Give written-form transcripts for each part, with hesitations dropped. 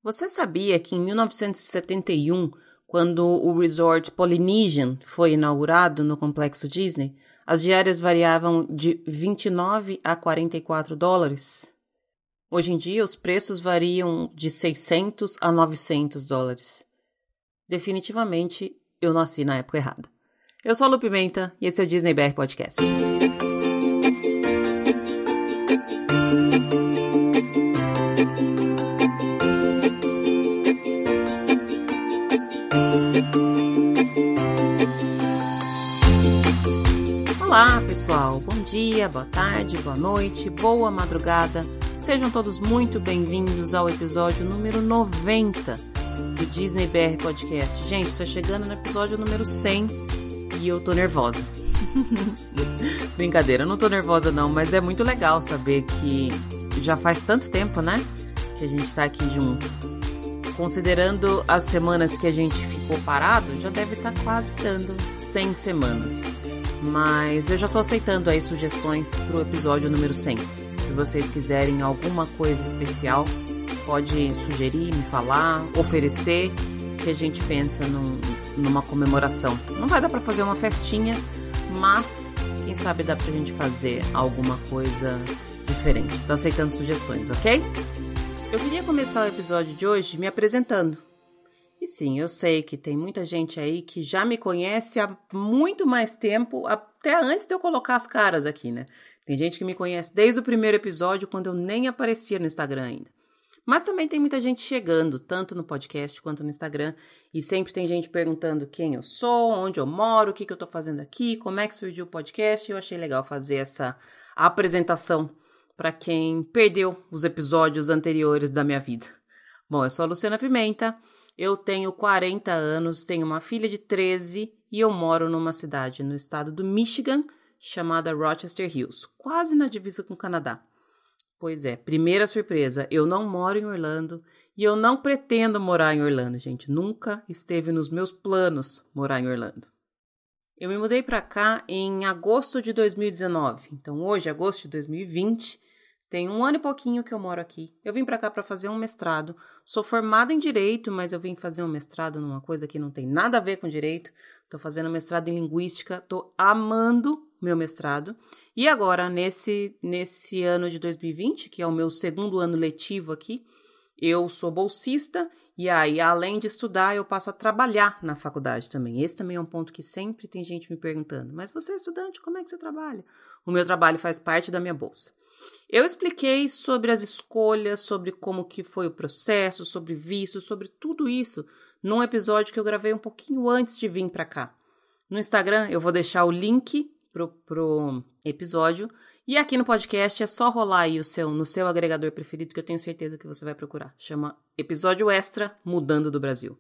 Você sabia que em 1971, quando o Resort Polynesian foi inaugurado no Complexo Disney, as diárias variavam de 29 a 44 dólares? Hoje em dia, os preços variam de 600 a 900 dólares. Definitivamente, eu nasci na época errada. Eu sou a Lu Pimenta e esse é o Disney BR Podcast. Olá, pessoal. Bom dia, boa tarde, boa noite, boa madrugada. Sejam todos muito bem-vindos ao episódio número 90 do Disney BR Podcast. Gente, tô chegando no episódio número 100 e eu tô nervosa. Brincadeira, eu não tô nervosa não, mas é muito legal saber que já faz tanto tempo, né, que a gente tá aqui junto. Considerando as semanas que a gente ficou parado, já deve estar quase dando 100 semanas. Mas eu já tô aceitando aí sugestões pro episódio número 100. Se vocês quiserem alguma coisa especial, pode sugerir, me falar, oferecer, que a gente pensa numa comemoração. Não vai dar pra fazer uma festinha, mas quem sabe dá pra gente fazer alguma coisa diferente. Tô aceitando sugestões, ok? Eu queria começar o episódio de hoje me apresentando. E sim, eu sei que tem muita gente aí que já me conhece há muito mais tempo, até antes de eu colocar as caras aqui, né? Tem gente que me conhece desde o primeiro episódio, quando eu nem aparecia no Instagram ainda. Mas também tem muita gente chegando, tanto no podcast quanto no Instagram, e sempre tem gente perguntando quem eu sou, onde eu moro, o que eu tô fazendo aqui, como é que surgiu o podcast, e eu achei legal fazer essa apresentação para quem perdeu os episódios anteriores da minha vida. Bom, eu sou a Luciana Pimenta. Eu tenho 40 anos, tenho uma filha de 13 e eu moro numa cidade no estado do Michigan chamada Rochester Hills, quase na divisa com o Canadá. Pois é, primeira surpresa, eu não moro em Orlando e eu não pretendo morar em Orlando, gente. Nunca esteve nos meus planos morar em Orlando. Eu me mudei para cá em agosto de 2019, então hoje, agosto de 2020... Tem 1 ano e pouquinho que eu moro aqui. Eu vim pra cá pra fazer um mestrado. Sou formada em Direito, mas eu vim fazer um mestrado numa coisa que não tem nada a ver com Direito. Tô fazendo mestrado em Linguística. Tô amando meu mestrado. E agora, nesse ano de 2020, que é o meu segundo ano letivo aqui, eu sou bolsista. E aí, além de estudar, eu passo a trabalhar na faculdade também. Esse também é um ponto que sempre tem gente me perguntando. Mas você é estudante, como é que você trabalha? O meu trabalho faz parte da minha bolsa. Eu expliquei sobre as escolhas, sobre como que foi o processo, sobre visto, sobre tudo isso, num episódio que eu gravei um pouquinho antes de vir para cá. No Instagram eu vou deixar o link pro episódio e aqui no podcast é só rolar aí no seu agregador preferido que eu tenho certeza que você vai procurar. Chama Episódio Extra Mudando do Brasil.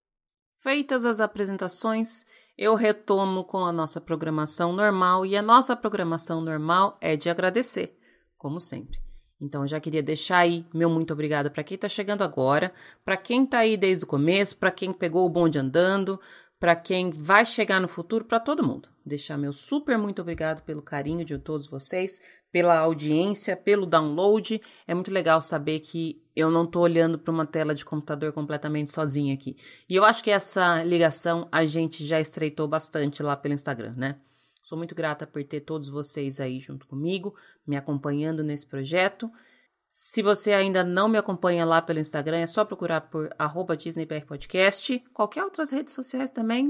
Feitas as apresentações, eu retomo com a nossa programação normal e a nossa programação normal é de agradecer. Como sempre. Então, eu já queria deixar aí meu muito obrigado para quem está chegando agora, para quem está aí desde o começo, para quem pegou o bonde andando, para quem vai chegar no futuro, para todo mundo. Deixar meu super muito obrigado pelo carinho de todos vocês, pela audiência, pelo download. É muito legal saber que eu não estou olhando para uma tela de computador completamente sozinha aqui. E eu acho que essa ligação a gente já estreitou bastante lá pelo Instagram, né? Sou muito grata por ter todos vocês aí junto comigo, me acompanhando nesse projeto. Se você ainda não me acompanha lá pelo Instagram, é só procurar por @DisneyBRPodcast. Qualquer outras redes sociais também,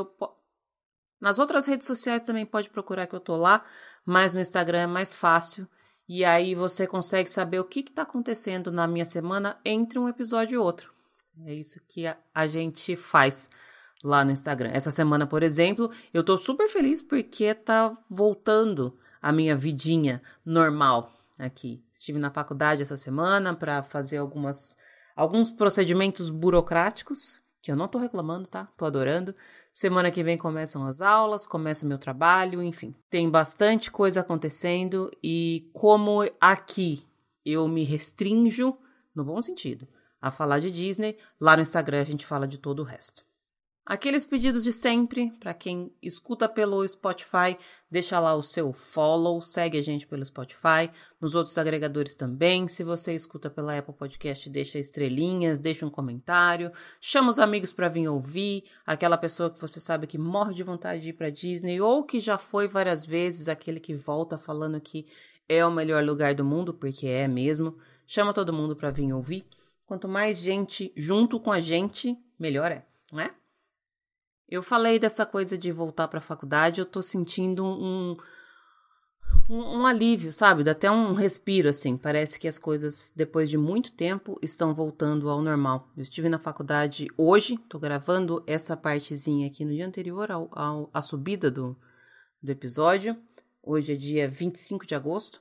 nas outras redes sociais também pode procurar que eu tô lá, mas no Instagram é mais fácil. E aí você consegue saber o que está acontecendo na minha semana entre um episódio e outro. É isso que a gente faz lá no Instagram. Essa semana, por exemplo, eu tô super feliz porque tá voltando a minha vidinha normal aqui. Estive na faculdade essa semana para fazer alguns procedimentos burocráticos, que eu não tô reclamando, tá? Tô adorando. Semana que vem começam as aulas, começa meu trabalho, enfim. Tem bastante coisa acontecendo e como aqui eu me restrinjo, no bom sentido, a falar de Disney, lá no Instagram a gente fala de todo o resto. Aqueles pedidos de sempre, para quem escuta pelo Spotify, deixa lá o seu follow, segue a gente pelo Spotify, nos outros agregadores também. Se você escuta pela Apple Podcast, deixa estrelinhas, deixa um comentário, chama os amigos para vir ouvir, aquela pessoa que você sabe que morre de vontade de ir para Disney ou que já foi várias vezes, aquele que volta falando que é o melhor lugar do mundo, porque é mesmo. Chama todo mundo para vir ouvir. Quanto mais gente junto com a gente, melhor é, não é? Eu falei dessa coisa de voltar para a faculdade, eu tô sentindo um alívio, sabe? Dá até um respiro, assim. Parece que as coisas, depois de muito tempo, estão voltando ao normal. Eu estive na faculdade hoje, tô gravando essa partezinha aqui no dia anterior à subida do episódio. Hoje é dia 25 de agosto.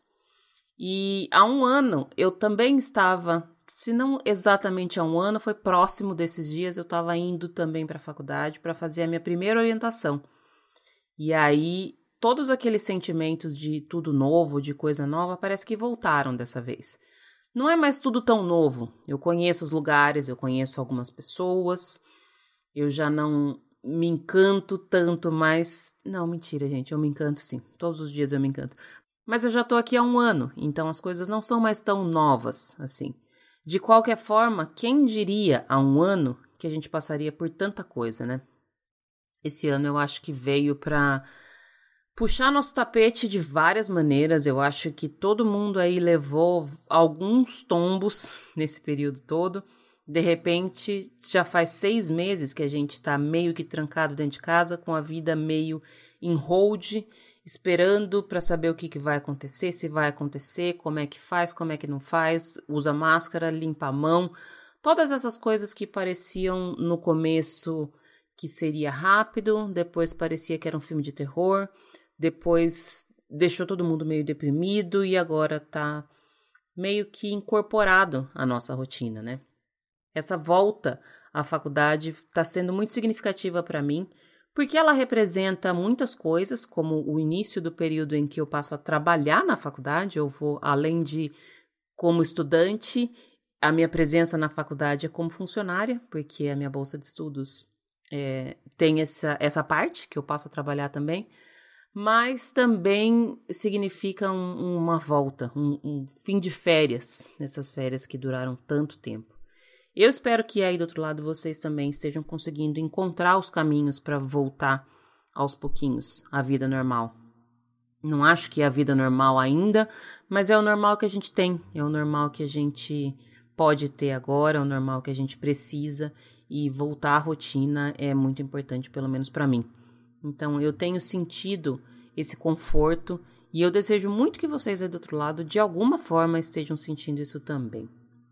E há um ano eu também estava... Se não exatamente há um ano, foi próximo desses dias, eu estava indo também para a faculdade para fazer a minha primeira orientação. E aí, todos aqueles sentimentos de tudo novo, de coisa nova, parece que voltaram dessa vez. Não é mais tudo tão novo. Eu conheço os lugares, eu conheço algumas pessoas, eu já não me encanto tanto mais... Não, mentira, gente, eu me encanto sim. Todos os dias eu me encanto. Mas eu já estou aqui há um ano, então as coisas não são mais tão novas assim. De qualquer forma, quem diria há um ano que a gente passaria por tanta coisa, né? Esse ano eu acho que veio para puxar nosso tapete de várias maneiras. Eu acho que todo mundo aí levou alguns tombos nesse período todo. De repente, já faz 6 meses que a gente tá meio que trancado dentro de casa, com a vida meio em hold, esperando para saber o que vai acontecer, se vai acontecer, como é que faz, como é que não faz, usa máscara, limpa a mão, todas essas coisas que pareciam no começo que seria rápido, depois parecia que era um filme de terror, depois deixou todo mundo meio deprimido e agora tá meio que incorporado à nossa rotina, né? Essa volta à faculdade está sendo muito significativa para mim, porque ela representa muitas coisas, como o início do período em que eu passo a trabalhar na faculdade. Eu vou, além de como estudante, a minha presença na faculdade é como funcionária, porque a minha bolsa de estudos tem essa parte, que eu passo a trabalhar também, mas também significa uma volta, um fim de férias, nessas férias que duraram tanto tempo. Eu espero que aí do outro lado vocês também estejam conseguindo encontrar os caminhos para voltar aos pouquinhos à vida normal. Não acho que é a vida normal ainda, mas é o normal que a gente tem, é o normal que a gente pode ter agora, é o normal que a gente precisa, e voltar à rotina é muito importante, pelo menos para mim. Então eu tenho sentido esse conforto e eu desejo muito que vocês aí do outro lado de alguma forma estejam sentindo isso também.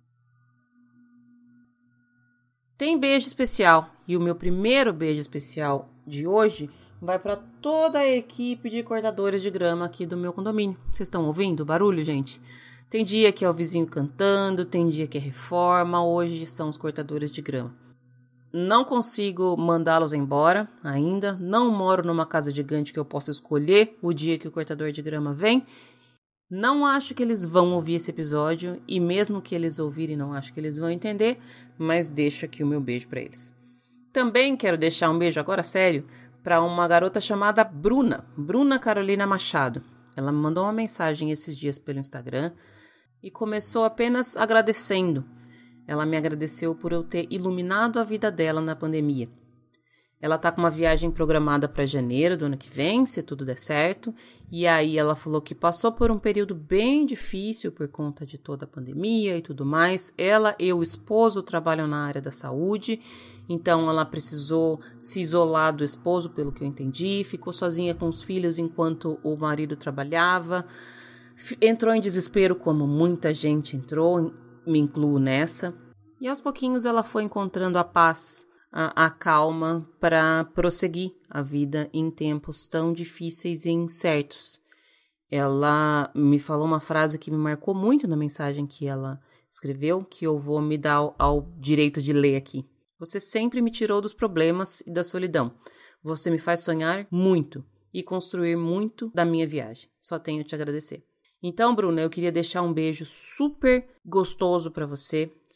Tem beijo especial, e o meu primeiro beijo especial de hoje vai para toda a equipe de cortadores de grama aqui do meu condomínio. Vocês estão ouvindo o barulho, gente? Tem dia que é o vizinho cantando, tem dia que é reforma, hoje são os cortadores de grama. Não consigo mandá-los embora ainda, não moro numa casa gigante que eu possa escolher o dia que o cortador de grama vem. Não acho que eles vão ouvir esse episódio e mesmo que eles ouvirem, não acho que eles vão entender, mas deixo aqui o meu beijo para eles. Também quero deixar um beijo agora sério para uma garota chamada Bruna Carolina Machado. Ela me mandou uma mensagem esses dias pelo Instagram e começou apenas agradecendo. Ela me agradeceu por eu ter iluminado a vida dela na pandemia. Ela tá com uma viagem programada para janeiro do ano que vem, se tudo der certo. E aí ela falou que passou por um período bem difícil por conta de toda a pandemia e tudo mais. Ela e o esposo trabalham na área da saúde, então ela precisou se isolar do esposo, pelo que eu entendi. Ficou sozinha com os filhos enquanto o marido trabalhava. Entrou em desespero, como muita gente entrou, me incluo nessa. E aos pouquinhos ela foi encontrando a paz, a calma para prosseguir a vida em tempos tão difíceis e incertos. Ela me falou uma frase que me marcou muito na mensagem que ela escreveu, que eu vou me dar ao direito de ler aqui. Você sempre me tirou dos problemas e da solidão. Você me faz sonhar muito e construir muito da minha viagem. Só tenho a te agradecer. Então, Bruna, eu queria deixar um beijo super gostoso para você.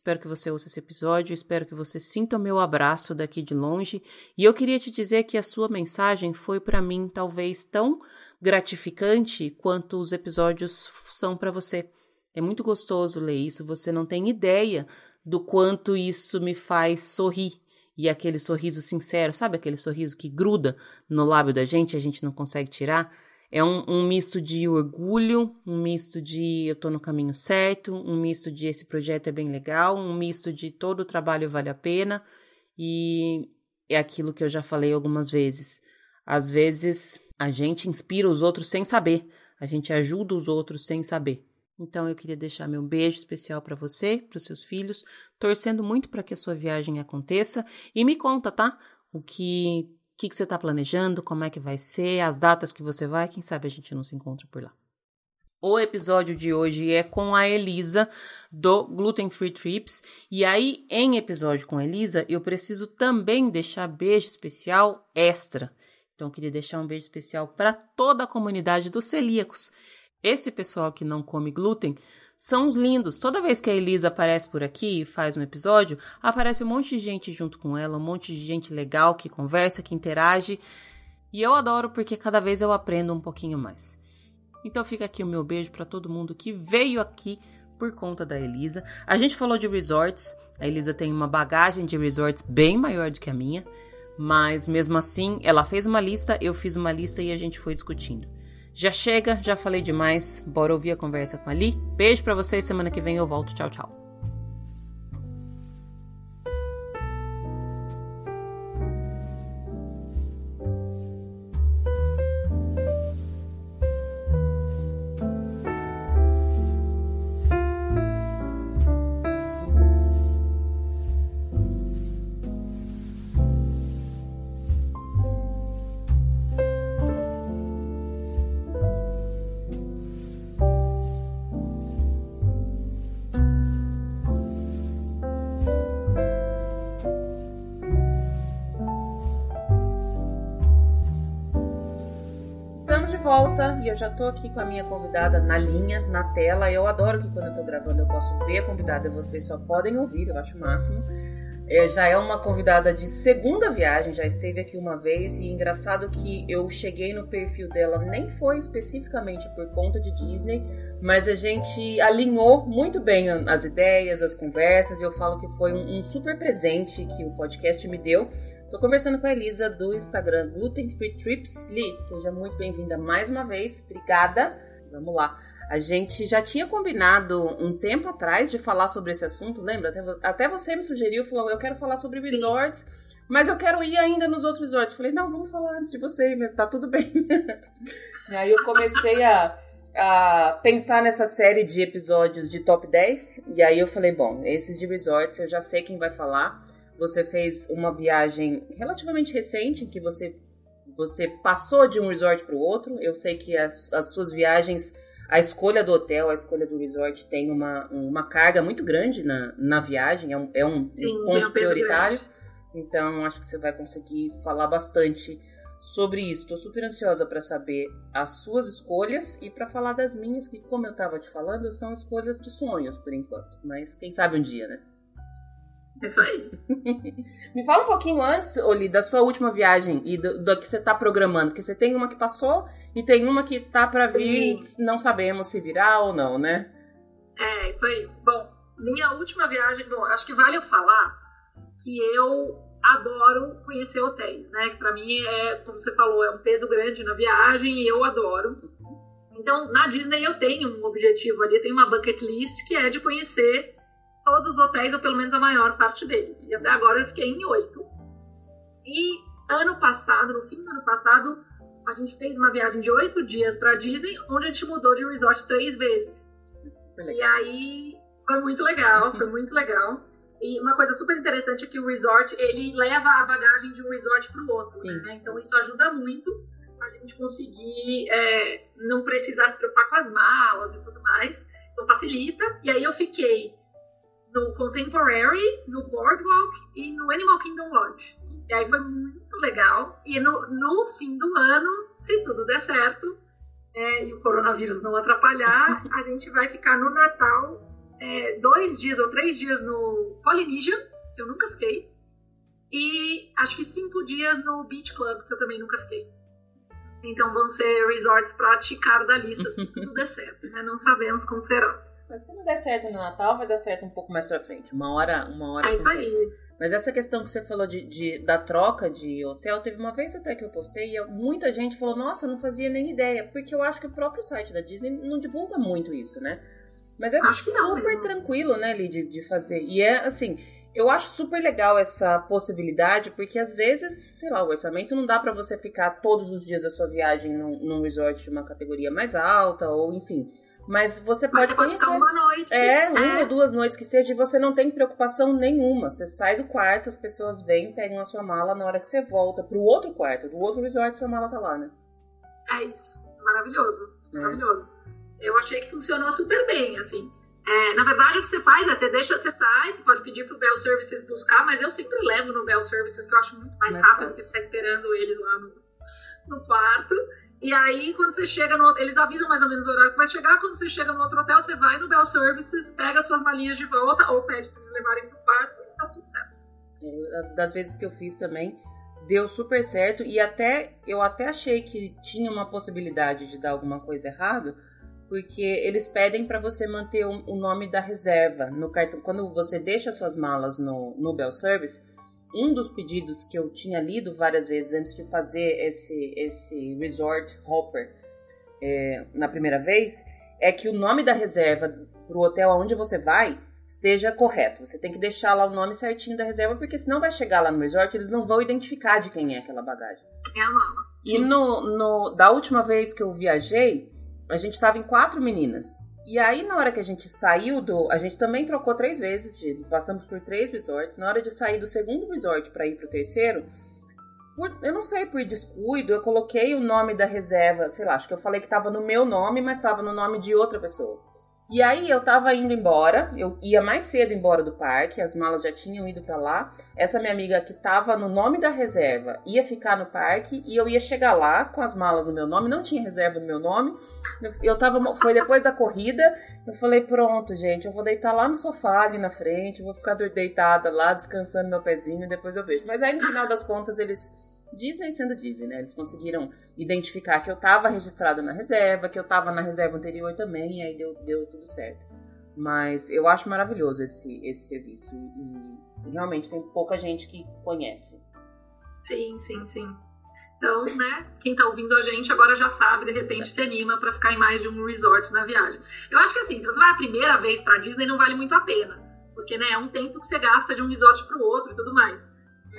espero que você ouça esse episódio, espero que você sinta o meu abraço daqui de longe. E eu queria te dizer que a sua mensagem foi para mim talvez tão gratificante quanto os episódios são para você. É muito gostoso ler isso, você não tem ideia do quanto isso me faz sorrir. E aquele sorriso sincero, sabe aquele sorriso que gruda no lábio da gente e a gente não consegue tirar? É um misto de orgulho, um misto de eu tô no caminho certo, um misto de esse projeto é bem legal, um misto de todo o trabalho vale a pena. E é aquilo que eu já falei algumas vezes. Às vezes a gente inspira os outros sem saber, a gente ajuda os outros sem saber. Então eu queria deixar meu beijo especial para você, para os seus filhos, torcendo muito para que a sua viagem aconteça. E me conta, tá? O que você está planejando, como é que vai ser, as datas que você vai, quem sabe a gente não se encontra por lá. O episódio de hoje é com a Elisa, do Gluten Free Trips. E aí, em episódio com a Elisa, eu preciso também deixar beijo especial extra. Então, eu queria deixar um beijo especial para toda a comunidade dos celíacos. Esse pessoal que não come glúten são os lindos. Toda vez que a Elisa aparece por aqui e faz um episódio, aparece um monte de gente junto com ela, um monte de gente legal que conversa, que interage. E eu adoro porque cada vez eu aprendo um pouquinho mais. Então fica aqui o meu beijo para todo mundo que veio aqui por conta da Elisa. A gente falou de resorts. A Elisa tem uma bagagem de resorts bem maior do que a minha. Mas mesmo assim, ela fez uma lista, eu fiz uma lista e a gente foi discutindo. Já chega, já falei demais, bora ouvir a conversa com a Ali. Beijo pra vocês, semana que vem eu volto. Tchau, tchau. Volta, e eu já tô aqui com a minha convidada na linha, na tela. Eu adoro que quando eu tô gravando eu posso ver a convidada e vocês só podem ouvir, eu acho o máximo. Já é uma convidada de segunda viagem, já esteve aqui uma vez, e engraçado que eu cheguei no perfil dela, nem foi especificamente por conta de Disney, mas a gente alinhou muito bem as ideias, as conversas, e eu falo que foi um super presente que o podcast me deu. Tô conversando com a Elisa do Instagram Gluten Free Trips. Li, seja muito bem-vinda mais uma vez. Obrigada. Vamos lá. A gente já tinha combinado um tempo atrás de falar sobre esse assunto, lembra? Até você me sugeriu, falou, eu quero falar sobre resorts, mas eu quero ir ainda nos outros resorts. Falei, não, vamos falar antes de você, mas tá tudo bem. E aí eu comecei a pensar nessa série de episódios de top 10, e aí eu falei, bom, esses de resorts eu já sei quem vai falar. Você fez uma viagem relativamente recente, em que você passou de um resort para o outro. Eu sei que as suas viagens, a escolha do hotel, a escolha do resort tem uma carga muito grande na viagem, é um ponto prioritário. Então, acho que você vai conseguir falar bastante sobre isso. Estou super ansiosa para saber as suas escolhas e para falar das minhas, que, como eu estava te falando, são escolhas de sonhos, por enquanto. Mas quem sabe um dia, né? Isso aí. Me fala um pouquinho antes, Oli, da sua última viagem e do que você está programando, porque você tem uma que passou e tem uma que tá para vir, não sabemos se virá ou não, né? É, isso aí. Bom, minha última viagem, acho que vale eu falar que eu adoro conhecer hotéis, né? Que para mim como você falou, é um peso grande na viagem e eu adoro. Então, na Disney eu tenho um objetivo ali, eu tenho uma bucket list que é de conhecer todos os hotéis, ou pelo menos a maior parte deles. E até agora eu fiquei em 8. E ano passado, no fim do ano passado, a gente fez uma viagem de 8 dias pra Disney, onde a gente mudou de resort 3 vezes. E aí foi muito legal, foi muito legal. E uma coisa super interessante é que o resort, ele leva a bagagem de um resort pro outro, né? Então isso ajuda muito a gente conseguir não precisar se preocupar com as malas e tudo mais. Então facilita. E aí eu fiquei no Contemporary, no Boardwalk e no Animal Kingdom Lodge. E aí foi muito legal. E no fim do ano, se tudo der certo, e o coronavírus não atrapalhar, a gente vai ficar no Natal 2 dias ou 3 dias no Polynesian, que eu nunca fiquei, e acho que 5 dias no Beach Club, que eu também nunca fiquei. Então vão ser resorts para ticar da lista, se tudo der certo, né? Não sabemos como será. Mas se não der certo no Natal, vai dar certo um pouco mais pra frente. Uma hora É isso acontece. aí. Mas essa questão que você falou da troca de hotel, teve uma vez até que eu postei e muita gente falou, nossa, eu não fazia nem ideia. Porque eu acho que o próprio site da Disney não divulga muito isso, né? Mas é super tranquilo, né, Li, de fazer. E é assim, eu acho super legal essa possibilidade, porque às vezes, sei lá, o orçamento não dá pra você ficar todos os dias da sua viagem num resort de uma categoria mais alta, ou enfim. Mas você pode conhecer. Ficar uma noite. Uma ou 2 noites que seja, e você não tem preocupação nenhuma. Você sai do quarto, as pessoas vêm, pegam a sua mala, na hora que você volta pro outro quarto, do outro resort, sua mala tá lá, né? É isso. Maravilhoso. Maravilhoso. Eu achei que funcionou super bem, assim. Na verdade, o que você faz você sai, você pode pedir pro Bell Services buscar, mas eu sempre levo no Bell Services, que eu acho muito mais rápido do que ficar esperando eles lá no quarto. E aí, quando você chega no... Eles avisam mais ou menos o horário que vai chegar. Quando você chega no outro hotel, você vai no Bell Services, pega suas malinhas de volta, ou pede pra eles levarem pro quarto, e tá tudo certo. Das vezes que eu fiz também, deu super certo. E eu até achei que tinha uma possibilidade de dar alguma coisa errado, porque eles pedem para você manter o nome da reserva no cartão. Quando você deixa suas malas no Bell Service, um dos pedidos que eu tinha lido várias vezes antes de fazer esse resort hopper na primeira vez, é que o nome da reserva pro hotel aonde você vai esteja correto. Você tem que deixar lá o nome certinho da reserva, porque senão vai chegar lá no resort, eles não vão identificar de quem é aquela bagagem. É a mala. E da última vez que eu viajei, a gente tava em 4 meninas. E aí, na hora que a gente saiu a gente também trocou 3 vezes, passamos por 3 resorts. Na hora de sair do segundo resort para ir pro terceiro, eu não sei, por descuido, eu coloquei o nome da reserva, sei lá, acho que eu falei que tava no meu nome, mas tava no nome de outra pessoa. E aí eu tava indo embora, eu ia mais cedo embora do parque, as malas já tinham ido pra lá. Essa minha amiga que tava no nome da reserva ia ficar no parque e eu ia chegar lá com as malas no meu nome, não tinha reserva no meu nome. Foi depois da corrida, eu falei, pronto, gente, eu vou deitar lá no sofá ali na frente, vou ficar deitada lá, descansando meu pezinho e depois eu vejo. Mas aí no final das contas Disney sendo Disney, né? Eles conseguiram identificar que eu tava registrada na reserva, que eu tava na reserva anterior também, e aí deu tudo certo. Mas eu acho maravilhoso esse serviço e realmente tem pouca gente que conhece. Sim. Então, né, quem tá ouvindo a gente agora já sabe, de repente se anima pra ficar em mais de um resort na viagem. Eu acho que assim, se você vai a primeira vez pra Disney, não vale muito a pena, porque, né, é um tempo que você gasta de um resort pro outro e tudo mais.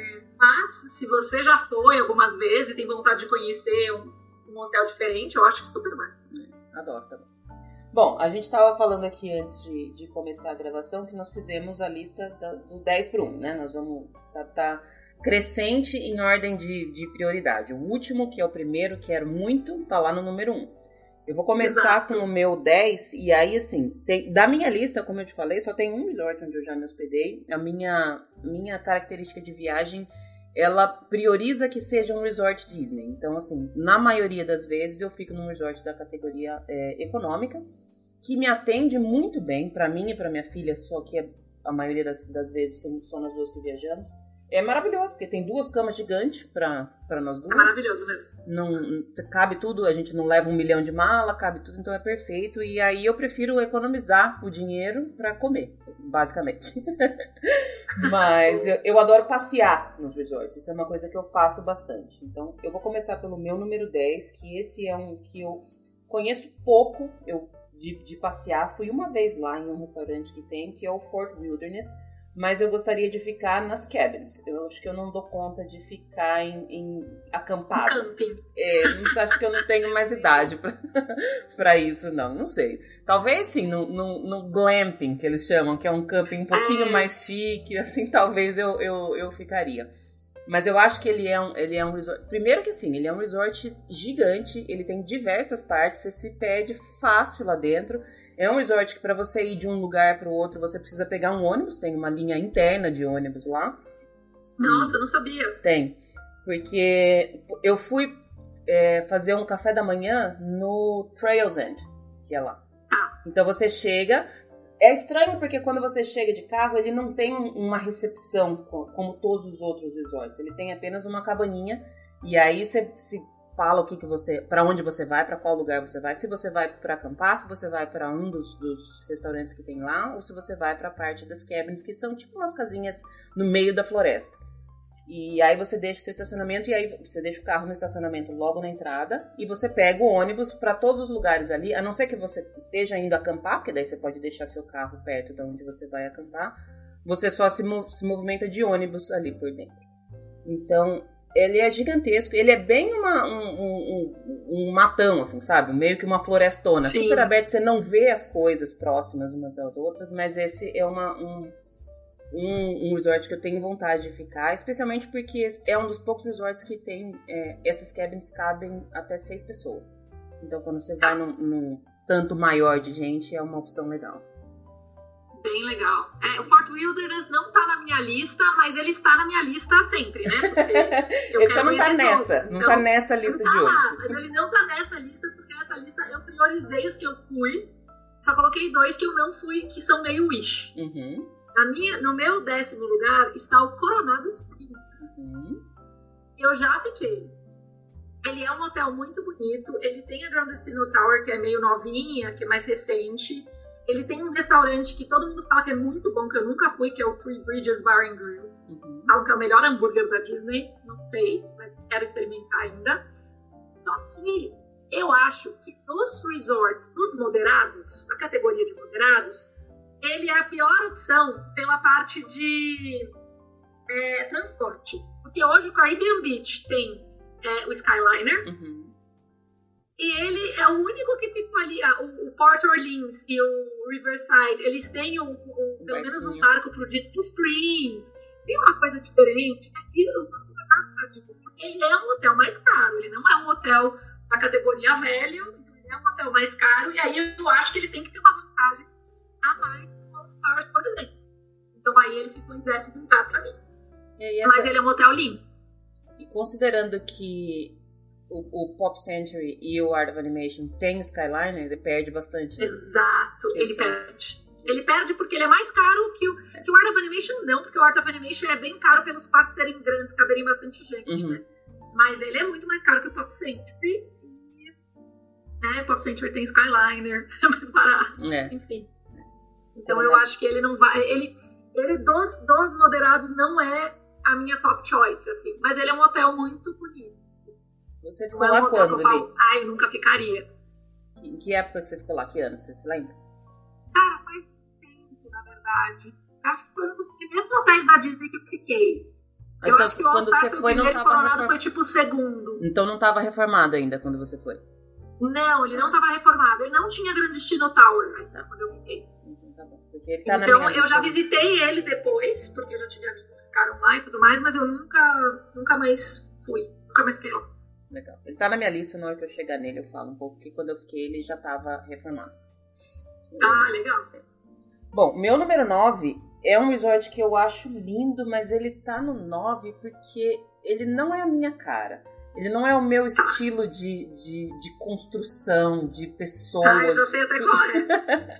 Mas, se você já foi algumas vezes e tem vontade de conhecer um hotel diferente, eu acho que super vale. Adoro também. Bom, a gente estava falando aqui antes de começar a gravação que nós fizemos a lista do 10 por 1, né? Nós vamos tá crescente em ordem de prioridade. O último, que é o primeiro, quero muito, tá lá no número 1. Eu vou começar com o meu 10, e aí, assim, da minha lista, como eu te falei, só tem um resort onde eu já me hospedei. A minha característica de viagem, ela prioriza que seja um resort Disney. Então, assim, na maioria das vezes, eu fico num resort da categoria econômica, que me atende muito bem, pra mim e pra minha filha, só que a maioria das vezes são nós duas que viajamos. É maravilhoso, porque tem 2 camas gigantes pra nós duas. É maravilhoso mesmo. Não, cabe tudo, a gente não leva 1 milhão de mala, cabe tudo, então é perfeito. E aí eu prefiro economizar o dinheiro pra comer, basicamente. Mas eu adoro passear nos resorts, isso é uma coisa que eu faço bastante. Então eu vou começar pelo meu número 10, que esse é um que eu conheço pouco de passear. Fui uma vez lá em um restaurante que tem, que é o Fort Wilderness. Mas eu gostaria de ficar nas cabins. Eu acho que eu não dou conta de ficar em acampado. Camping. Acho que eu não tenho mais idade pra isso, não. Não sei. Talvez sim, no glamping, que eles chamam, que é um camping um pouquinho mais chique, assim, talvez eu ficaria. Mas eu acho que ele é um resort... Primeiro que assim, ele é um resort gigante, ele tem diversas partes, você se perde fácil lá dentro. É um resort que para você ir de um lugar para o outro, você precisa pegar um ônibus, tem uma linha interna de ônibus lá. Nossa, eu não sabia. Tem, porque eu fui fazer um café da manhã no Trails End, que é lá. Então você chega, É estranho porque quando você chega de carro, ele não tem uma recepção como todos os outros resorts. Ele tem apenas uma cabaninha e aí você se fala o que você, para onde você vai, para qual lugar você vai. Se você vai para acampar, se você vai para um dos restaurantes que tem lá, ou se você vai para a parte das cabins, que são tipo umas casinhas no meio da floresta. E aí você deixa o seu estacionamento e aí você deixa o carro no estacionamento logo na entrada e você pega o ônibus para todos os lugares ali, a não ser que você esteja indo acampar, porque daí você pode deixar seu carro perto de onde você vai acampar, você só se movimenta de ônibus ali por dentro. Então, ele é gigantesco, ele é bem um matão, assim, sabe? Meio que uma florestona, Sim. super aberto, você não vê as coisas próximas umas das outras, mas esse é um resort que eu tenho vontade de ficar, especialmente porque é um dos poucos resorts que tem, essas cabins cabem até 6 pessoas. Então, quando você vai num tanto maior de gente, é uma opção legal. Bem legal. O Fort Wilderness não tá na minha lista, mas ele está na minha lista sempre, né? Porque ele só não tá nessa, não tá nessa lista de hoje. Mas ele não tá nessa lista, porque nessa lista eu priorizei os que eu fui, só coloquei 2 que eu não fui, que são meio wish. Uhum. No meu 10º lugar está o Coronado Springs. Uhum. Eu já fiquei. Ele é um hotel muito bonito. Ele tem a Grand Destino Tower, que é meio novinha, que é mais recente. Ele tem um restaurante que todo mundo fala que é muito bom, que eu nunca fui, que é o Three Bridges Bar and Grill. Uhum. Falam que é o melhor hambúrguer da Disney. Não sei, mas quero experimentar ainda. Só que eu acho que dos resorts, dos moderados, a categoria de moderados, ele é a pior opção pela parte de transporte. Porque hoje o Caribbean Beach tem o Skyliner. Uhum. E ele é o único que ficou ali. O Port Orleans e o Riverside, eles têm pelo menos um barco pro Disney Springs. Tem uma coisa diferente. Ele é um hotel mais caro. Ele não é um hotel da categoria velho. Ele é um hotel mais caro. E aí eu acho que ele tem que ter uma vantagem a mais do All Stars, por exemplo. Então aí ele ficou em 10º lugar pra mim. Mas ele é um hotel lindo. E considerando que o Pop Century e o Art of Animation tem Skyliner, ele perde bastante. Exato, ele perde. Ele perde porque ele é mais caro que o Art of Animation, não, porque o Art of Animation é bem caro pelos quartos serem grandes, caberem bastante gente, uhum. né? Mas ele é muito mais caro que o Pop Century. O Pop Century tem Skyliner, é mais barato, enfim. Então eu acho que ele não vai... Ele dos moderados não é a minha top choice, assim. Mas ele é um hotel muito bonito. Assim. Você ficou lá quando, eu falo, eu nunca ficaria. Em que época que você ficou lá? Que ano? Você se lembra? Cara, faz tempo, na verdade. Acho que foi um dos primeiros hotéis da Disney que eu fiquei. Eu então, acho que o All Stars foi o primeiro, Coronado foi tipo o segundo. Então não estava reformado ainda quando você foi? Não, ele não estava reformado. Ele não tinha Grand Destino Tower ainda quando eu fiquei. Tá bom. Porque ele tá então eu já visitei ele depois, porque eu já tive amigos que ficaram lá e tudo mais, mas eu nunca mais fui. Nunca mais fiquei lá. Legal. Ele tá na minha lista, na hora que eu chegar nele eu falo um pouco, porque quando eu fiquei ele já estava reformado. Legal. Bom, meu número 9 é um resort que eu acho lindo, mas ele tá no 9 porque ele não é a minha cara. Ele não é o meu estilo de construção, de pessoas. Eu sei até qual é.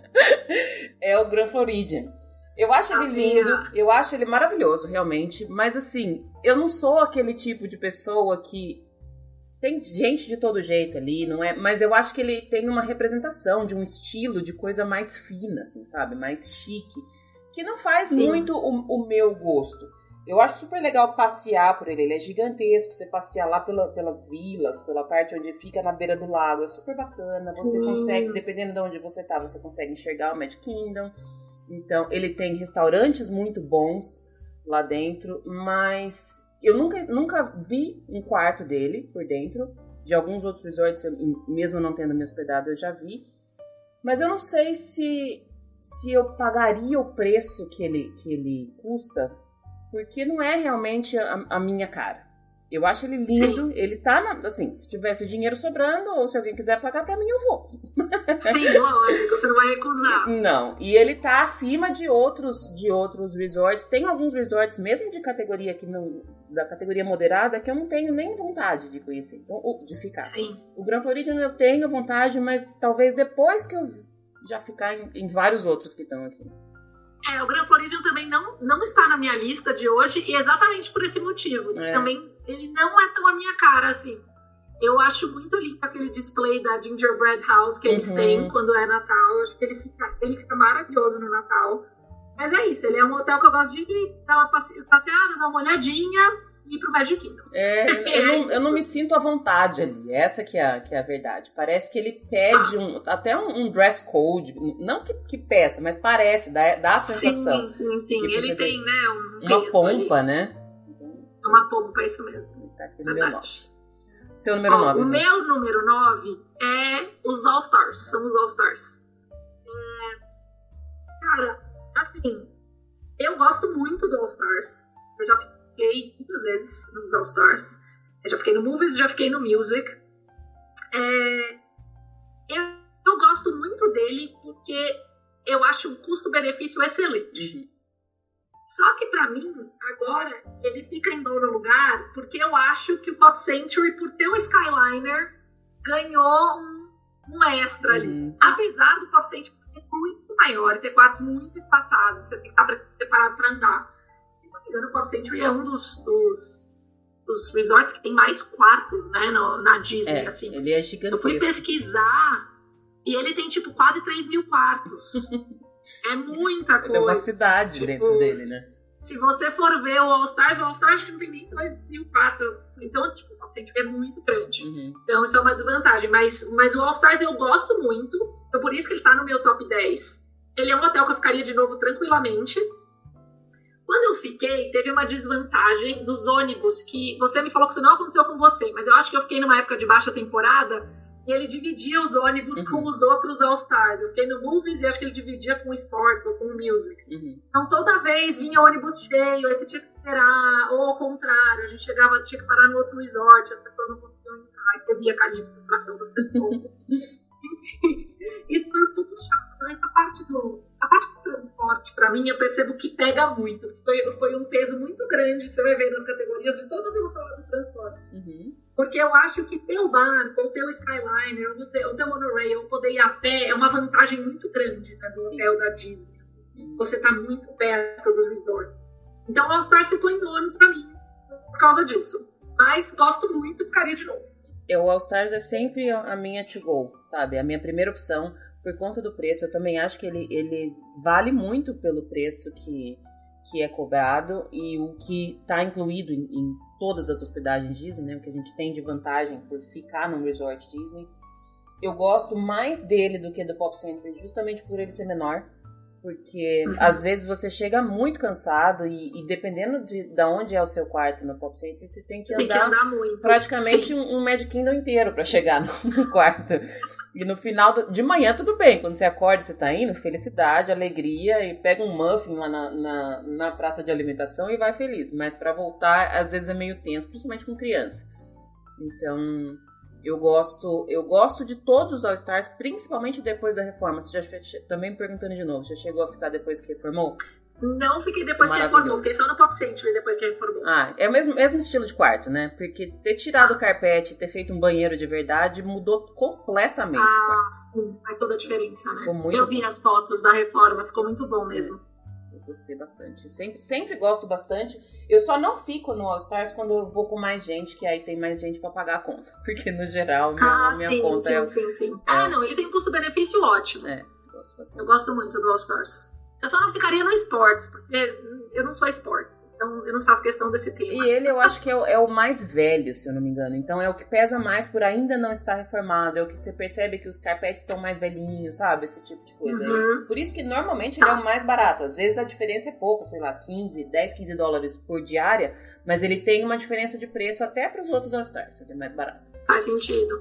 É o Grand Floridian. Eu acho ele lindo, eu acho ele maravilhoso, realmente. Mas assim, eu não sou aquele tipo de pessoa que... Tem gente de todo jeito ali, não é? Mas eu acho que ele tem uma representação de um estilo de coisa mais fina, assim, sabe? Mais chique. Que não faz muito o meu gosto. Eu acho super legal passear por ele. Ele é gigantesco. Você passear lá pelas vilas, pela parte onde fica na beira do lago. É super bacana. Você consegue, dependendo de onde você tá, você consegue enxergar o Magic Kingdom. Então, ele tem restaurantes muito bons lá dentro. Mas eu nunca vi um quarto dele por dentro. De alguns outros resorts, mesmo não tendo me hospedado, eu já vi. Mas eu não sei se eu pagaria o preço que ele custa, porque não é realmente a minha cara. Eu acho ele lindo, ele tá, assim, se tivesse dinheiro sobrando, ou se alguém quiser pagar pra mim, eu vou. Sim, lógico, você não vai recusar. Não, e ele tá acima de outros resorts. Tem alguns resorts, mesmo de categoria que não, da categoria moderada, que eu não tenho nem vontade de conhecer, ou de ficar. Sim. O Grand Floridian eu tenho vontade, mas talvez depois que eu já ficar em vários outros que estão aqui. O Grand Floridian também não está na minha lista de hoje, e exatamente por esse motivo. Também ele não é tão a minha cara, assim. Eu acho muito lindo aquele display da Gingerbread House que eles têm quando é Natal. Eu acho que ele fica maravilhoso no Natal. Mas é isso, ele é um hotel que eu gosto de dar uma passeada, dar uma olhadinha e ir pro Magic Kingdom. Eu não me sinto à vontade ali, essa que é a verdade. Parece que ele pede até um dress code, não que peça, mas parece, dá a sensação. Sim, ele tem, né, uma pompa, ali, né? É uma pompa, é isso mesmo. Tá aqui no meu 9. Seu número 9. O meu número 9 é os All Stars, são os All Stars. Cara, assim, eu gosto muito do All Stars. Eu já fiquei muitas vezes nos All Stars. Eu já fiquei no Movies, já fiquei no Music. Eu gosto muito dele porque eu acho o custo-benefício excelente. Só que pra mim, agora, ele fica em nono lugar porque eu acho que o Pop Century, por ter um Skyliner, ganhou um extra ali. Apesar do Pop Century ser muito maior e ter quartos muito espaçados, você tem que estar preparado pra andar. Se não me engano, o Pop Century é um dos resorts que tem mais quartos, né, na Disney. Assim. Ele é gigantesco. Eu fui pesquisar e ele tem, tipo, quase 3 mil quartos. É muita coisa. Tem uma cidade dentro dele, né? Se você for ver o All Stars acho que não tem nem 2.004. Então, tipo, o Pop Century é muito grande. Então, isso é uma desvantagem. Mas o All Stars eu gosto muito. Então, por isso que ele tá no meu top 10. Ele é um hotel que eu ficaria de novo tranquilamente. Quando eu fiquei, teve uma desvantagem dos ônibus, que você me falou que isso não aconteceu com você, mas eu acho que eu fiquei numa época de baixa temporada e ele dividia os ônibus com os outros All-Stars. Eu fiquei no Movies e acho que ele dividia com o Sports ou com o Music. Então toda vez vinha ônibus cheio, aí você tinha que esperar, ou ao contrário, a gente chegava, tinha que parar no outro resort, as pessoas não conseguiam entrar, e você via a carinha de frustração das pessoas. Isso foi um pouco chato. Mas a parte do transporte, pra mim, eu percebo que pega muito. Foi um peso muito grande, você vai ver nas categorias, de todas eu vou falar do transporte. Porque eu acho que ter o barco, ou ter o Skyliner, ou ter o monorail, ou poder ir a pé, é uma vantagem muito grande, né, do hotel da Disney. Assim. Você tá muito perto dos resorts. Então o All Stars ficou em nono pra mim, por causa disso. Mas gosto muito e ficaria de novo. O All Stars é sempre a minha to go, sabe? A minha primeira opção, por conta do preço. Eu também acho que ele vale muito pelo preço que é cobrado e o que está incluído em todas as hospedagens Disney, né? O que a gente tem de vantagem por ficar num resort Disney. Eu gosto mais dele do que do Pop Century, justamente por ele ser menor. Porque às vezes você chega muito cansado e dependendo de onde é o seu quarto no Pop Century, você tem que andar muito. Praticamente um Magic Kingdom inteiro para chegar no quarto. E no final, de manhã tudo bem, quando você acorda, você tá indo, felicidade, alegria, e pega um muffin lá na praça de alimentação e vai feliz. Mas para voltar, às vezes é meio tenso, principalmente com criança. Então, eu gosto de todos os All Stars, principalmente depois da reforma. Você já também perguntando de novo, já chegou a ficar depois que reformou? Não fiquei depois que reformou, fiquei só no Pop Century depois que reformou. É o mesmo estilo de quarto, né? Porque ter tirado o carpete e ter feito um banheiro de verdade mudou completamente. Sim, faz toda a diferença, né? Eu vi as fotos da reforma, ficou muito bom mesmo. Eu gostei bastante. Sempre gosto bastante. Eu só não fico no All Stars quando eu vou com mais gente, que aí tem mais gente pra pagar a conta. Porque no geral, minha conta sim. Não, ele tem um custo-benefício ótimo. Gosto bastante. Eu gosto muito do All Stars. Eu só não ficaria no esportes, porque eu não sou esportes, então eu não faço questão desse tema. E ele eu acho que é o mais velho, se eu não me engano. Então é o que pesa mais por ainda não estar reformado. É o que você percebe que os carpetes estão mais velhinhos, sabe? Esse tipo de coisa. Por isso que normalmente ele é o mais barato. Às vezes a diferença é pouca, sei lá, 10, 15 dólares por diária. Mas ele tem uma diferença de preço até para os outros All Stars, ele é mais barato. Faz sentido.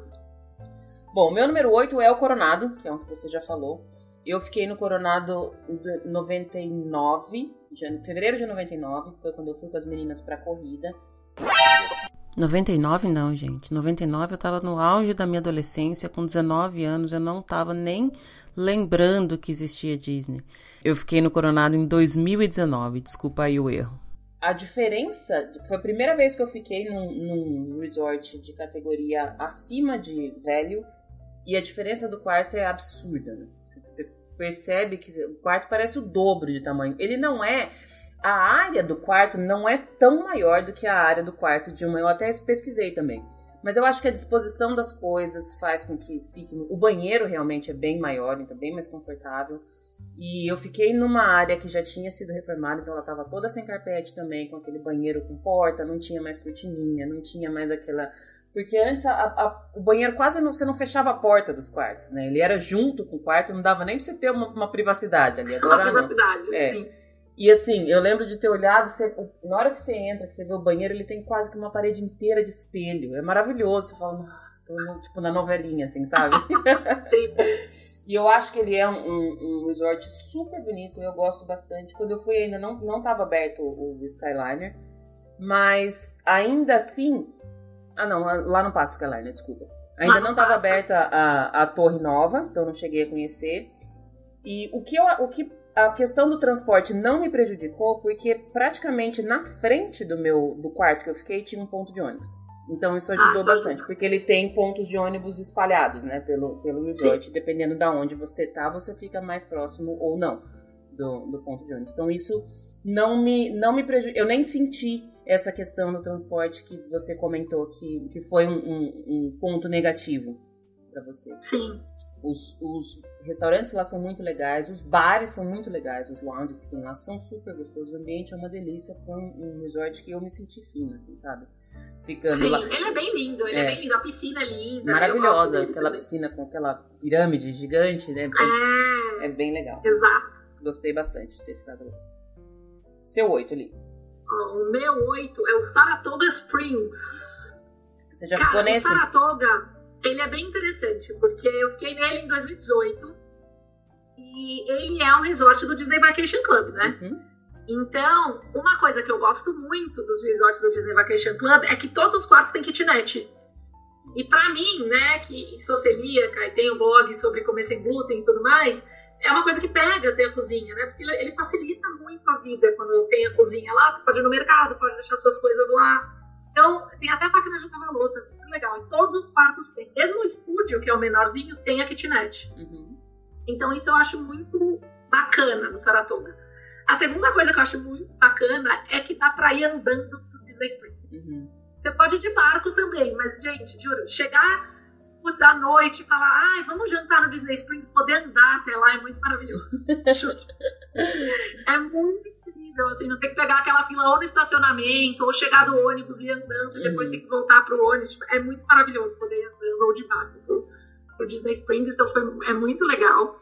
Bom, meu número 8 é o Coronado, que é um que você já falou. Eu fiquei no Coronado em 99, fevereiro de 99, foi quando eu fui com as meninas pra corrida. 99 não, gente. 99 eu tava no auge da minha adolescência, com 19 anos, eu não tava nem lembrando que existia Disney. Eu fiquei no Coronado em 2019, desculpa aí o erro. A diferença, foi a primeira vez que eu fiquei num resort de categoria acima de velho, e a diferença do quarto é absurda, né? Você percebe que o quarto parece o dobro de tamanho. Ele não é... A área do quarto não é tão maior do que a área do quarto de uma... Eu até pesquisei também. Mas eu acho que a disposição das coisas faz com que fique... O banheiro realmente é bem maior, então bem mais confortável. E eu fiquei numa área que já tinha sido reformada, então ela estava toda sem carpete também, com aquele banheiro com porta, não tinha mais cortininha, não tinha mais aquela... Porque antes o banheiro quase você não fechava a porta dos quartos, né? Ele era junto com o quarto, não dava nem pra você ter uma privacidade ali. Agora, uma privacidade, sim. E assim, eu lembro de ter olhado, na hora que você entra, que você vê o banheiro, ele tem quase que uma parede inteira de espelho. É maravilhoso, você fala, tipo na novelinha, assim, sabe? E eu acho que ele é um resort super bonito, eu gosto bastante. Quando eu fui ainda não estava aberto o Skyliner, mas ainda assim... Ah não, lá não passa o Skyliner, desculpa. Ainda não estava aberta a Torre Nova, então não cheguei a conhecer. E a questão do transporte não me prejudicou, porque praticamente na frente do quarto que eu fiquei tinha um ponto de ônibus. Então isso ajudou bastante, porque ele tem pontos de ônibus espalhados, né, pelo resort. Sim. Dependendo de onde você tá, você fica mais próximo ou não do ponto de ônibus. Então isso não me prejudicou. Eu nem senti essa questão do transporte que você comentou, que foi um ponto negativo para você. Sim. Os restaurantes lá são muito legais, os bares são muito legais, os lounges que tem lá são super gostosos, o ambiente é uma delícia. Foi um resort que eu me senti fino, assim, sabe? Ficando Sim, lá. Ele é bem lindo, a piscina é linda. Maravilhosa, aquela piscina com aquela pirâmide gigante, né? É bem legal. Exato. Gostei bastante de ter ficado lá. Seu 8 ali. O meu 8 é o Saratoga Springs. Você já ficou nesse? O Saratoga, ele é bem interessante, porque eu fiquei nele em 2018 e ele é um resort do Disney Vacation Club, né? Uhum. Então, uma coisa que eu gosto muito dos resorts do Disney Vacation Club é que todos os quartos têm kitnet. E pra mim, né, que sou celíaca e tenho blog sobre comer sem glúten e tudo mais, é uma coisa que pega ter a cozinha, né? Porque ele facilita muito a vida quando tem a cozinha lá. Você pode ir no mercado, pode deixar suas coisas lá. Então, tem até máquina de lavar louça, é super legal. Em todos os quartos tem. Mesmo o estúdio, que é o menorzinho, tem a kitnet. Uhum. Então, isso eu acho muito bacana no Saratoga. A segunda coisa que eu acho muito bacana é que dá pra ir andando pro Disney Springs. Uhum. Você pode ir de barco também, mas, gente, juro, chegar à noite e falar, vamos jantar no Disney Springs, poder andar até lá é muito maravilhoso. É muito incrível, assim, não ter que pegar aquela fila ou no estacionamento, ou chegar do ônibus e ir andando, e depois ter que voltar pro ônibus. É muito maravilhoso poder ir andando ou de barco pro Disney Springs, então é muito legal.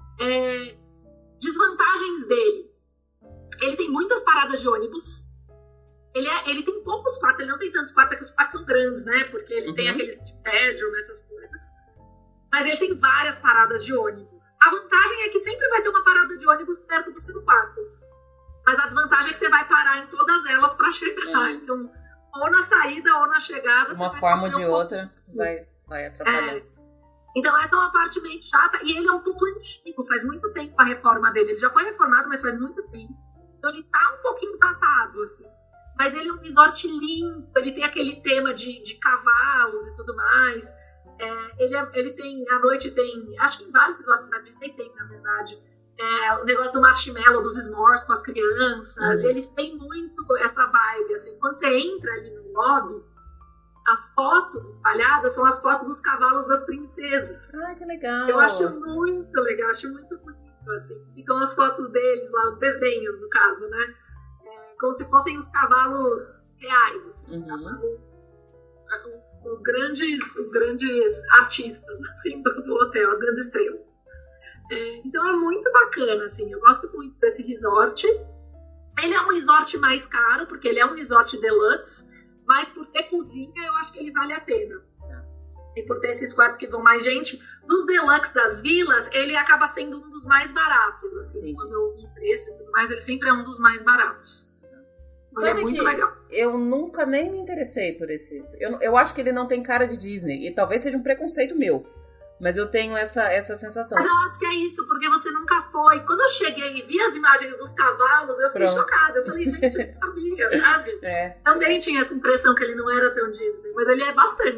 Desvantagens dele. Ele tem muitas paradas de ônibus. Ele tem poucos quartos, ele não tem tantos quartos, é que os quartos são grandes, né? Porque ele tem aqueles de bedroom, essas coisas. Mas ele tem várias paradas de ônibus. A vantagem é que sempre vai ter uma parada de ônibus perto do seu quarto. Mas a desvantagem é que você vai parar em todas elas pra chegar. Então, ou na saída ou na chegada. Uma forma ou de outra vai atrapalhar. Então essa é uma parte meio chata. E ele é um pouco antigo, faz muito tempo a reforma dele. Ele já foi reformado, mas faz muito tempo. Então ele tá um pouquinho datado, assim. Mas ele é um resort limpo, ele tem aquele tema de cavalos e tudo mais. Ele tem, à noite tem, acho que em vários resorts da Disney tem, na verdade, o negócio do marshmallow, dos s'mores com as crianças. Eles têm muito essa vibe, assim. Quando você entra ali no lobby, as fotos espalhadas são as fotos dos cavalos das princesas. Ah, que legal! Eu acho muito legal, acho muito bonito. Assim, ficam as fotos deles lá, os desenhos no caso, né? Como se fossem os cavalos reais, assim, os cavalos, os grandes artistas assim, do hotel, as grandes estrelas. Então é muito bacana, assim, eu gosto muito desse resort. Ele é um resort mais caro, porque ele é um resort deluxe, mas por ter cozinha eu acho que ele vale a pena. E por ter esses quartos que vão mais gente, dos deluxe das vilas, ele acaba sendo um dos mais baratos, assim. Entendi. Quando eu vi preço e tudo mais, ele sempre é um dos mais baratos. Sabe, é muito legal. Eu nunca nem me interessei por esse... Eu acho que ele não tem cara de Disney, e talvez seja um preconceito meu, mas eu tenho essa sensação. Mas eu acho que é isso, porque você nunca foi. Quando eu cheguei e vi as imagens dos cavalos, eu fiquei chocada. Eu falei, gente, eu não sabia, sabe? Também tinha essa impressão que ele não era tão Disney, mas ele é bastante.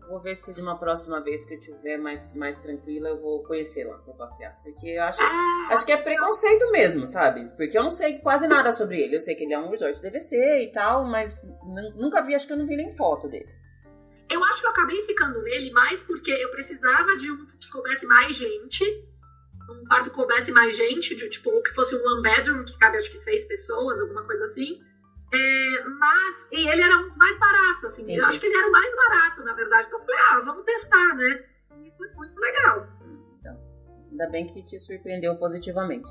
vou ver se de uma próxima vez que eu tiver mais tranquila, eu vou conhecer lá, vou passear. Porque eu acho que é preconceito mesmo, sabe? Porque eu não sei quase nada sobre ele. Eu sei que ele é um resort DVC e tal, mas nunca vi, acho que eu não vi nem foto dele. Eu acho que eu acabei ficando nele mais porque eu precisava de um que coubesse mais gente, um quarto que coubesse mais gente, de, tipo, que fosse um one bedroom, que cabe acho que 6 pessoas, alguma coisa assim. Mas e ele era um dos mais baratos, assim. Entendi. Eu acho que ele era o mais barato, na verdade. Então eu falei, vamos testar, né? E foi muito legal. Então, ainda bem que te surpreendeu positivamente.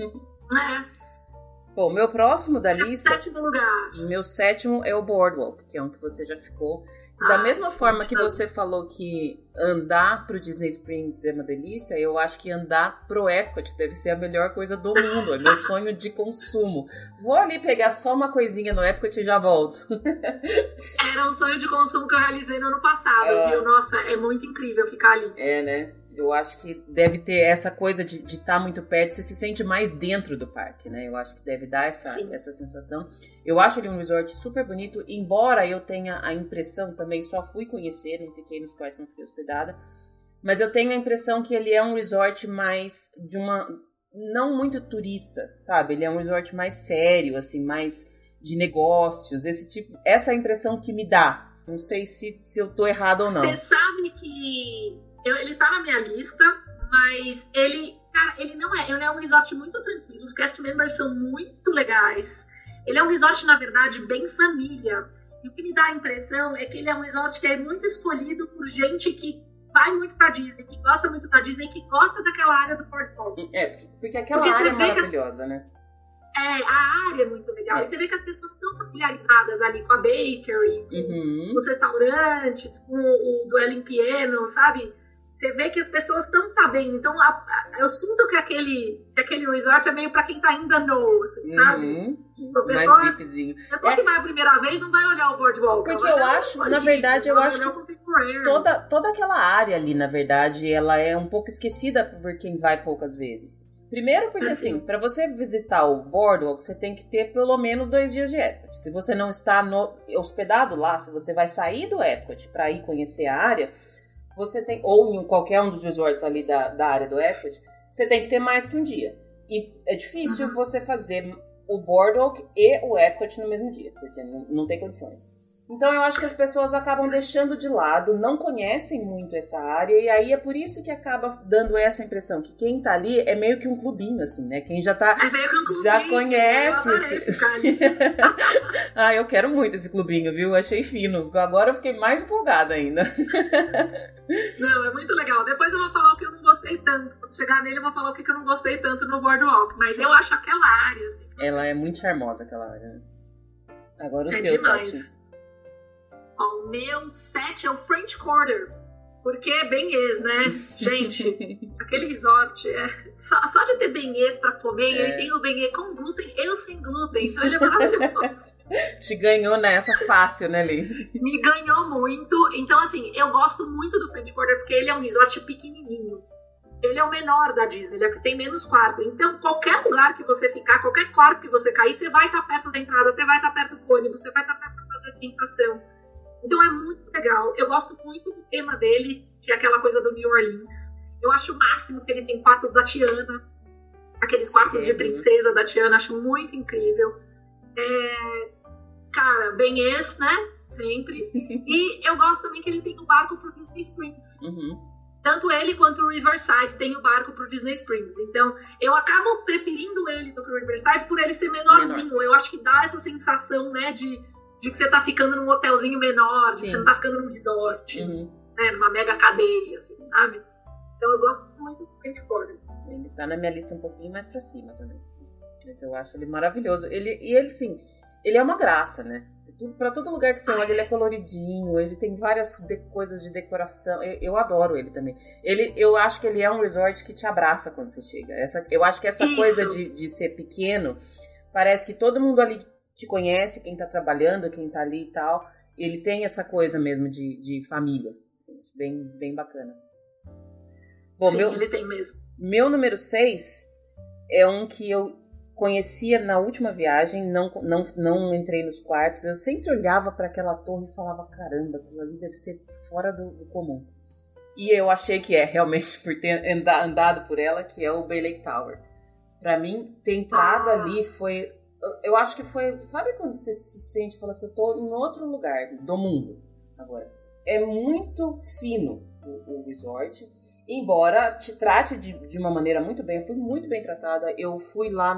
É. Bom, meu próximo da lista... Sétimo lugar. Meu sétimo é o Boardwalk, que é um que você já ficou. Da mesma forma que você falou que andar pro Disney Springs é uma delícia, eu acho que andar pro Epcot deve ser a melhor coisa do mundo. É meu sonho de consumo. Vou ali pegar só uma coisinha no Epcot e já volto. Era um sonho de consumo que eu realizei no ano passado, viu? Nossa, é muito incrível ficar ali. É, né? Eu acho que deve ter essa coisa de estar muito perto, você se sente mais dentro do parque, né? Eu acho que deve dar essa sensação. Eu acho ele um resort super bonito, embora eu tenha a impressão também, só fui conhecer, não fiquei nos quais não fiquei hospedada, mas eu tenho a impressão que ele é um resort mais de uma... não muito turista, sabe? Ele é um resort mais sério, assim, mais de negócios, essa é a impressão que me dá. Não sei se eu tô errada ou não. Você sabe que... ele tá na minha lista, mas ele não é um resort muito tranquilo. Os cast members são muito legais. Ele é um resort, na verdade, bem família. E o que me dá a impressão é que ele é um resort que é muito escolhido por gente que vai muito pra Disney, que gosta muito da Disney, que gosta daquela área do portfólio. Porque aquela área é maravilhosa, né? A área é muito legal. E você vê que as pessoas estão familiarizadas ali com a bakery, com os restaurantes, com o duelo em piano, sabe? Você vê que as pessoas estão sabendo. Então, eu sinto que aquele resort é meio pra quem tá ainda novo, assim, sabe? A pessoa, mais VIPzinho. A pessoa que vai a primeira vez não vai olhar o boardwalk. Porque eu acho, na verdade, eu acho que toda aquela área ali, na verdade, ela é um pouco esquecida por quem vai poucas vezes. Primeiro porque, assim, pra você visitar o Boardwalk, você tem que ter pelo menos 2 dias de Epcot. Se você não está hospedado lá, se você vai sair do Epcot pra ir conhecer a área, você tem, ou em qualquer um dos resorts ali da área do Epcot, você tem que ter mais que um dia. E é difícil você fazer o Boardwalk e o Epcot no mesmo dia, porque não tem condições. Então eu acho que as pessoas acabam deixando de lado, não conhecem muito essa área, e aí é por isso que acaba dando essa impressão, que quem tá ali é meio que um clubinho, assim, né? Quem já tá, já conhece. Eu quero muito esse clubinho, viu? Achei fino. Agora eu fiquei mais empolgada ainda. Não, é muito legal. Depois eu vou falar o que eu não gostei tanto. Quando chegar nele eu vou falar o que eu não gostei tanto no Boardwalk, mas eu acho aquela área, assim... Ela é muito charmosa, aquela área. Agora o seu, demais. 7. O meu 7 é o French Quarter, porque é beignet, né? Gente, aquele resort, só de ter beignet pra comer, ele tem o beignet com glúten e o sem glúten, então ele é maravilhoso. Te ganhou nessa fácil, né, Li? Me ganhou muito, então assim, eu gosto muito do French Quarter porque ele é um resort pequenininho. Ele é o menor da Disney, ele é o que tem menos quarto. Então, qualquer lugar que você ficar, qualquer quarto que você cair, você vai estar perto da entrada, você vai estar perto do ônibus, você vai estar perto da fazer orientação. Então é muito legal. Eu gosto muito do tema dele, que é aquela coisa do New Orleans. Eu acho o máximo que ele tem quartos da Tiana. Aqueles quartos de princesa da Tiana, acho muito incrível. Cara, beignets, né? Sempre. E eu gosto também que ele tem um barco pro Disney Springs. Tanto ele quanto o Riverside tem o barco pro Disney Springs. Então, eu acabo preferindo ele do que o Riverside por ele ser menorzinho. Eu acho que dá essa sensação, né, de que você tá ficando num hotelzinho menor, de que você não tá ficando num resort, né, numa mega cadeia, assim, sabe? Então eu gosto muito do French Quarter. Ele tá na minha lista um pouquinho mais pra cima também. Mas eu acho ele maravilhoso. Ele, sim, ele é uma graça, né? Pra todo lugar que você olha, ele é coloridinho, ele tem várias coisas de decoração. Eu adoro ele também. Eu acho que ele é um resort que te abraça quando você chega. Eu acho que essa coisa de ser pequeno, parece que todo mundo ali te conhece, quem tá trabalhando, quem tá ali e tal. Ele tem essa coisa mesmo de família. Assim, bem bacana. Bom, sim, ele tem mesmo. Meu número 6 é um que eu conhecia na última viagem, não entrei nos quartos. Eu sempre olhava para aquela torre e falava, caramba, aquilo ali deve ser fora do comum. E eu achei que é, realmente, por ter andado por ela, que é o Bay Lake Tower. Pra mim, ter entrado ali foi... Eu acho que foi... Sabe quando você se sente e fala assim, eu tô em outro lugar do mundo agora? É muito fino o resort, embora te trate de uma maneira muito bem. Eu fui muito bem tratada. Eu fui lá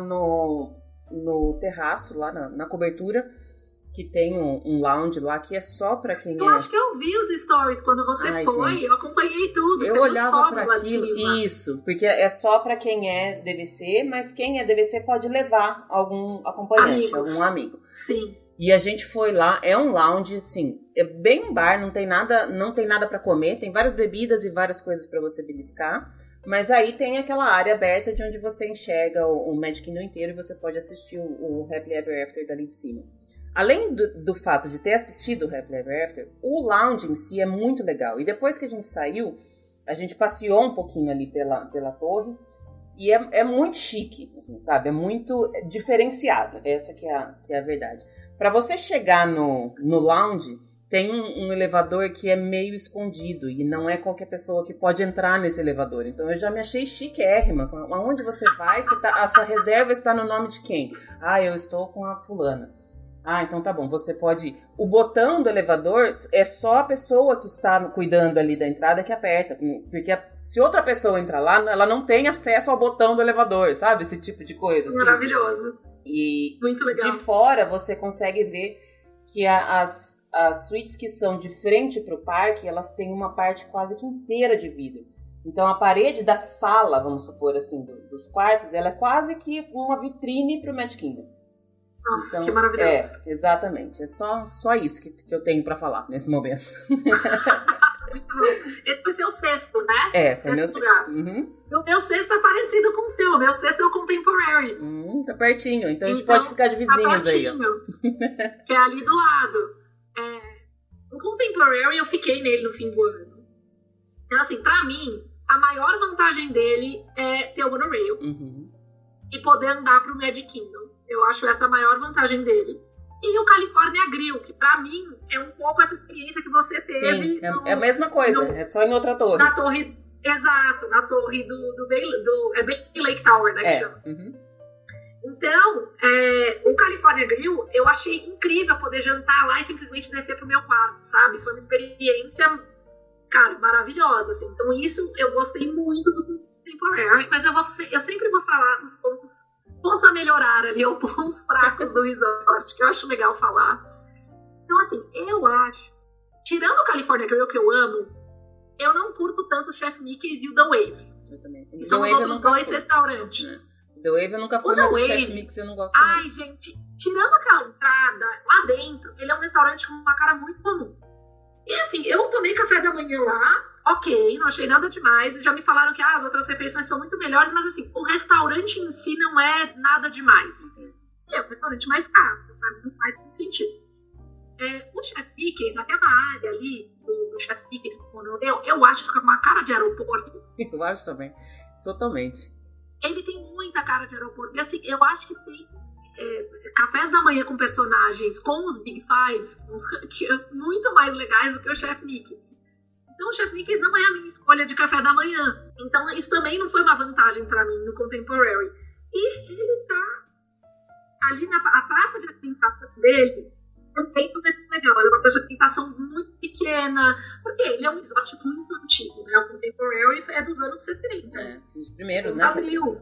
no terraço, lá na cobertura, que tem um lounge lá que é só pra quem Eu acho que eu vi os stories quando você foi, gente, eu acompanhei tudo. Eu olhava pra aquilo, isso, porque é só pra quem é DVC, mas quem é DVC pode levar algum acompanhante, algum amigo. Sim. E a gente foi lá, é um lounge, assim, é bem um bar, não tem nada pra comer, tem várias bebidas e várias coisas pra você beliscar, mas aí tem aquela área aberta de onde você enxerga o Magic Kingdom inteiro e você pode assistir o Happily Ever After dali de cima. Além do fato de ter assistido o Happily Ever After, o lounge em si é muito legal. E depois que a gente saiu, a gente passeou um pouquinho ali pela torre. E é muito chique, assim, sabe? É muito diferenciado. Essa que é a verdade. Para você chegar no lounge, tem um elevador que é meio escondido. E não é qualquer pessoa que pode entrar nesse elevador. Então eu já me achei chiquérrima. Aonde você vai, a sua reserva está no nome de quem? Ah, eu estou com a fulana. Ah, então tá bom, você pode... O botão do elevador é só a pessoa que está cuidando ali da entrada que aperta. Porque se outra pessoa entrar lá, ela não tem acesso ao botão do elevador, sabe? Esse tipo de coisa. Assim. Maravilhoso. E muito legal. De fora você consegue ver que as suítes que são de frente pro parque, elas têm uma parte quase que inteira de vidro. Então a parede da sala, vamos supor assim, dos quartos, ela é quase que uma vitrine pro Magic Kingdom. Nossa, então, que maravilhoso. Exatamente. É só isso que eu tenho pra falar nesse momento. Muito bom. Esse foi seu sexto, né? Foi meu sexto. Uhum. O meu sexto é parecido com o seu. O meu sexto é o Contemporary. Tá pertinho. Então a gente pode ficar de vizinhos tá aí. Ó. Que é ali do lado. O Contemporary, eu fiquei nele no fim do ano. Então, assim, pra mim, a maior vantagem dele é ter o monorail. Uhum. E poder andar pro Magic Kingdom. Eu acho essa a maior vantagem dele. E o California Grill, que pra mim é um pouco essa experiência que você teve. Sim, é a mesma coisa, é só em outra torre. Na torre, exato, na torre do Bay Lake Tower, né, que chama. Uhum. Então, o California Grill, eu achei incrível poder jantar lá e simplesmente descer pro meu quarto, sabe? Foi uma experiência, cara, maravilhosa, assim. Então isso eu gostei muito do Contemporary, mas eu sempre vou falar dos pontos a melhorar ali, ou pontos fracos do resort, que eu acho legal falar. Então, assim, eu acho, tirando o California Grill, que eu amo, eu não curto tanto o Chef Mickey's e o The Wave. Eu também. Que são os outros dois restaurantes. The Wave eu nunca fui, mas o Chef Mickey's eu não gosto também. Ai, gente, tirando aquela entrada, lá dentro, ele é um restaurante com uma cara muito comum. E assim, eu tomei café da manhã lá, ok, não achei nada demais. Já me falaram que as outras refeições são muito melhores, mas assim, o restaurante em si não é nada demais. É um restaurante mais caro, não faz muito sentido. O Chef Mickey's, aquela área ali do Chef Mickey's, eu acho que fica com uma cara de aeroporto. Eu acho também, totalmente. Ele tem muita cara de aeroporto. E assim, eu acho que tem cafés da manhã com personagens, com os Big Five, que é muito mais legais do que o Chef Mickey's. Então o Chef Mickey's não é a minha escolha de café da manhã. Então isso também não foi uma vantagem pra mim no Contemporary. E ele tá ali a praça de alimentação dele também é muito legal. Ela é uma praça de alimentação muito pequena, porque ele é um resort muito antigo, né? O Contemporary é dos anos 70. Os primeiros, né? Abriu.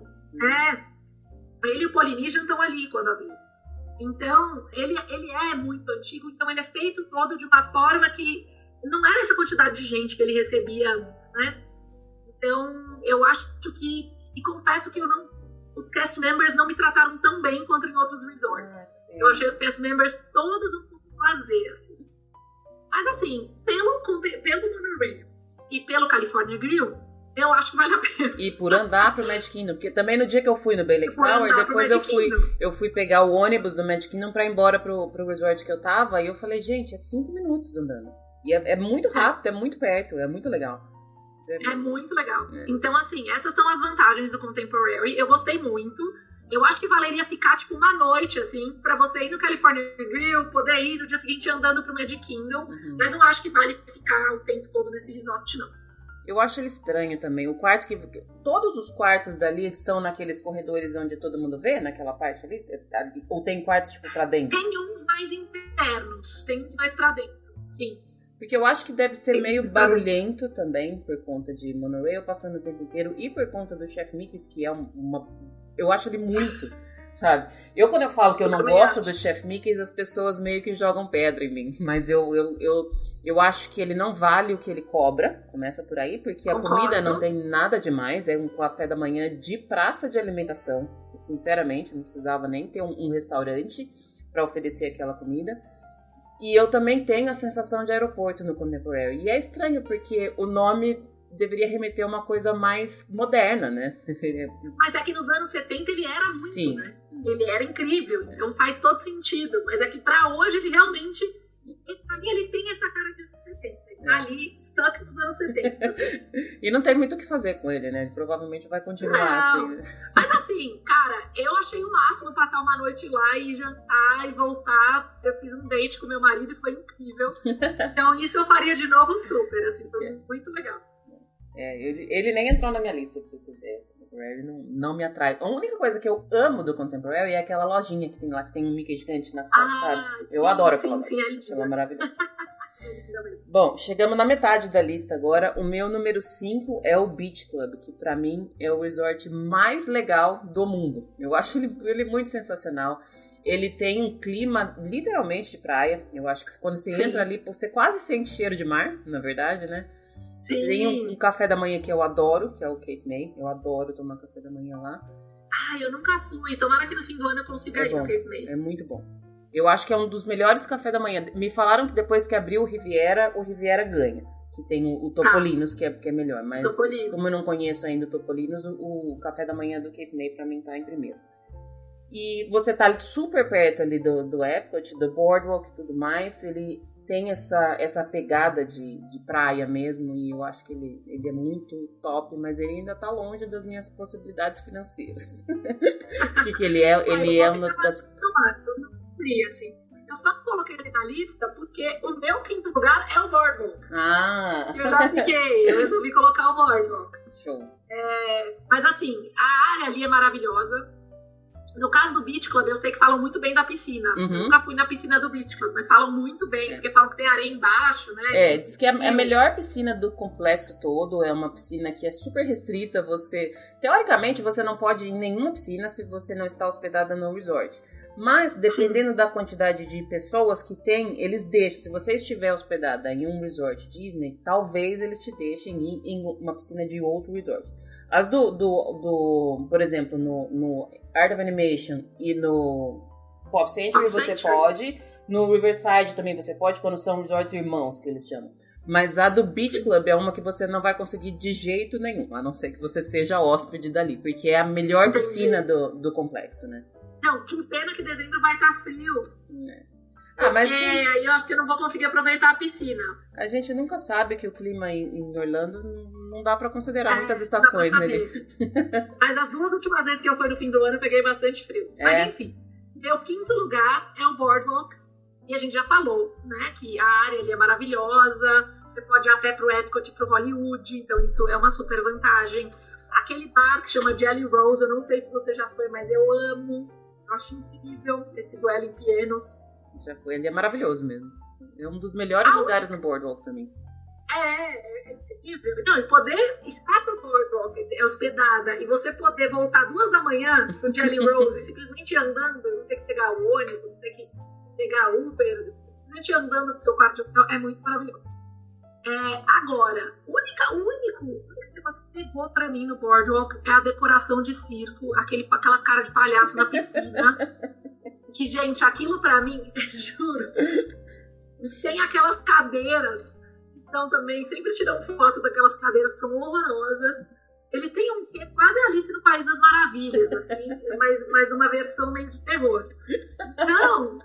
Ele e o Polynesian estão ali quando abriu. Então, ele é muito antigo, então ele é feito todo de uma forma que não era essa quantidade de gente que ele recebia antes, né? Então, eu acho que... E confesso que os cast members não me trataram tão bem quanto em outros resorts. Eu achei os cast members todos um pouco lazer, assim. Mas, assim, pelo monorail e pelo California Grill, eu acho que vale a pena. E por andar pro Magic Kingdom, porque também no dia que eu fui no Bay Lake Tower, depois eu fui pegar o ônibus do Magic Kingdom pra ir embora pro resort que eu tava, e eu falei, gente, é 5 minutos andando. E é muito rápido, é muito perto, é muito legal. É muito legal. Então, assim, essas são as vantagens do Contemporary. Eu gostei muito. Eu acho que valeria ficar, tipo, uma noite, assim, pra você ir no California Grill, poder ir no dia seguinte andando pro Magic Kingdom, mas não acho que vale ficar o tempo todo nesse resort, não. Eu acho ele estranho também. O quarto que... Todos os quartos dali são naqueles corredores onde todo mundo vê, naquela parte ali? Ou tem quartos, tipo, pra dentro? Tem uns mais internos, tem uns mais pra dentro, sim. Porque eu acho que deve ser meio barulhento também, por conta de monorail passando o tempo inteiro, e por conta do Chef Mickey's, que é uma... Eu acho ele muito, sabe? Quando eu falo que eu não gosto do Chef Mickey's, as pessoas meio que jogam pedra em mim. Mas eu acho que ele não vale o que ele cobra, começa por aí, porque a comida não tem nada demais, é um café da manhã de praça de alimentação. Sinceramente, não precisava nem ter um restaurante para oferecer aquela comida. E eu também tenho a sensação de aeroporto no Contemporary. E é estranho, porque o nome deveria remeter a uma coisa mais moderna, né? Mas é que nos anos 70 ele era muito, sim, né? Ele era incrível, então faz todo sentido. Mas é que pra hoje ele realmente... Pra mim ele tem essa cara de anos 70. Ele tá ali, stuck nos anos 70. Assim. E não tem muito o que fazer com ele, né? Provavelmente vai continuar assim. Mas assim, cara, eu achei o máximo passar uma noite lá e jantar e voltar. Eu fiz um date com meu marido e foi incrível. Então isso eu faria de novo super, assim, foi muito legal. Ele nem entrou na minha lista, pra você ter. O Contemporary não me atrai. A única coisa que eu amo do Contemporary é aquela lojinha que tem lá, que tem um Mickey gigante na foto, sabe? Eu adoro aquela loja. Acho ela maravilhosa. Bom, chegamos na metade da lista agora. O meu número 5 é o Beach Club, que pra mim é o resort mais legal do mundo. Eu acho ele muito sensacional. Ele tem um clima literalmente de praia. Eu acho que quando você entra ali, você quase sente cheiro de mar, na verdade, né? Sim. Tem um café da manhã que eu adoro, que é o Cape May. Eu adoro tomar café da manhã lá. Eu nunca fui. Tomara que no fim do ano eu consiga ir no Cape May. É muito bom. Eu acho que é um dos melhores cafés da manhã. Me falaram que depois que abriu o Riviera ganha. Que tem o Topolinos, que é melhor. Mas como eu não conheço ainda o Topolinos, o café da manhã do Cape May pra mim tá em primeiro. E você tá super perto ali do Epcot, do Boardwalk e tudo mais. Ele tem essa pegada de praia mesmo, e eu acho que ele é muito top, mas ele ainda tá longe das minhas possibilidades financeiras. Porque ele é uma das... Eu não descobri, assim. Eu só coloquei ele na lista porque o meu quinto lugar é o Boardwalk. Eu já fiquei, eu resolvi colocar o Boardwalk. Show. Mas assim, a área ali é maravilhosa. No caso do Beach Club, eu sei que falam muito bem da piscina. Eu nunca fui na piscina do Beach Club, mas falam muito bem, porque falam que tem areia embaixo, né? Diz que é a melhor piscina do complexo todo. É uma piscina que é super restrita. Teoricamente, você não pode ir em nenhuma piscina se você não está hospedada no resort. Mas, dependendo da quantidade de pessoas que tem, eles deixam. Se você estiver hospedada em um resort Disney, talvez eles te deixem ir em uma piscina de outro resort. As por exemplo, no Art of Animation e no Pop Century você pode. No Riverside também você pode, quando são resorts irmãos, que eles chamam. Mas a do Beach Club é uma que você não vai conseguir de jeito nenhum, a não ser que você seja hóspede dali, porque é a melhor piscina do complexo, né? Não, que pena que dezembro vai estar frio. Mas aí eu acho que eu não vou conseguir aproveitar a piscina. A gente nunca sabe que o clima em Orlando não dá pra considerar muitas estações, né? Mas as 2 últimas vezes que eu fui no fim do ano, eu peguei bastante frio. Mas enfim, meu quinto lugar é o Boardwalk. E a gente já falou, né, que a área ali é maravilhosa. Você pode ir até pro Epcot e pro Hollywood, então isso é uma super vantagem. Aquele bar que chama Jelly Rolls, eu não sei se você já foi, mas eu amo. Eu acho incrível esse duelo em pianos. Já foi, ele é maravilhoso mesmo. É um dos melhores lugares no Boardwalk pra mim. É incrível. Não, e poder estar no Boardwalk hospedada e você poder voltar 2 da manhã no Jelly Rolls e simplesmente andando, não ter que pegar o ônibus, não ter que pegar Uber, simplesmente andando pro seu quarto de hotel, é muito maravilhoso. Agora, o único negócio que pegou pra mim no Boardwalk é a decoração de circo, aquela cara de palhaço na piscina. Que, gente, aquilo pra mim, juro, tem aquelas cadeiras que são também, sempre tiram foto daquelas cadeiras que são horrorosas. Ele tem um quê quase Alice no País das Maravilhas, assim, mas numa versão meio de terror. Então,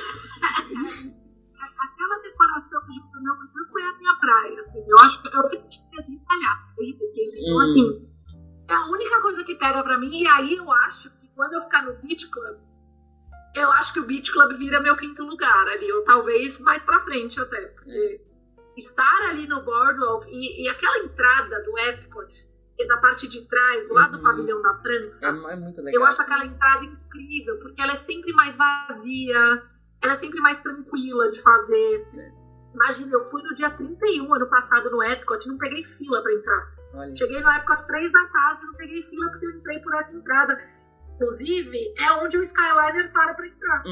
aquela decoração de não é a minha praia, assim. Eu acho que eu sempre tive medo de palhaço, desde pequeno. Então, assim, é a única coisa que pega pra mim, e aí eu acho que quando eu ficar no Beach Club, eu acho que o Beach Club vira meu quinto lugar ali, ou talvez mais pra frente até, porque estar ali no Boardwalk e aquela entrada do Epcot, e da parte de trás, do lado do pavilhão da França, é muito legal. Eu acho aquela entrada incrível, porque ela é sempre mais vazia, ela é sempre mais tranquila de fazer. Imagina, eu fui no dia 31 ano passado no Epcot, não peguei fila pra entrar. Olha. Cheguei no Epcot 3 da tarde, não peguei fila porque eu entrei por essa entrada. Inclusive, é onde o Skyliner para pra entrar.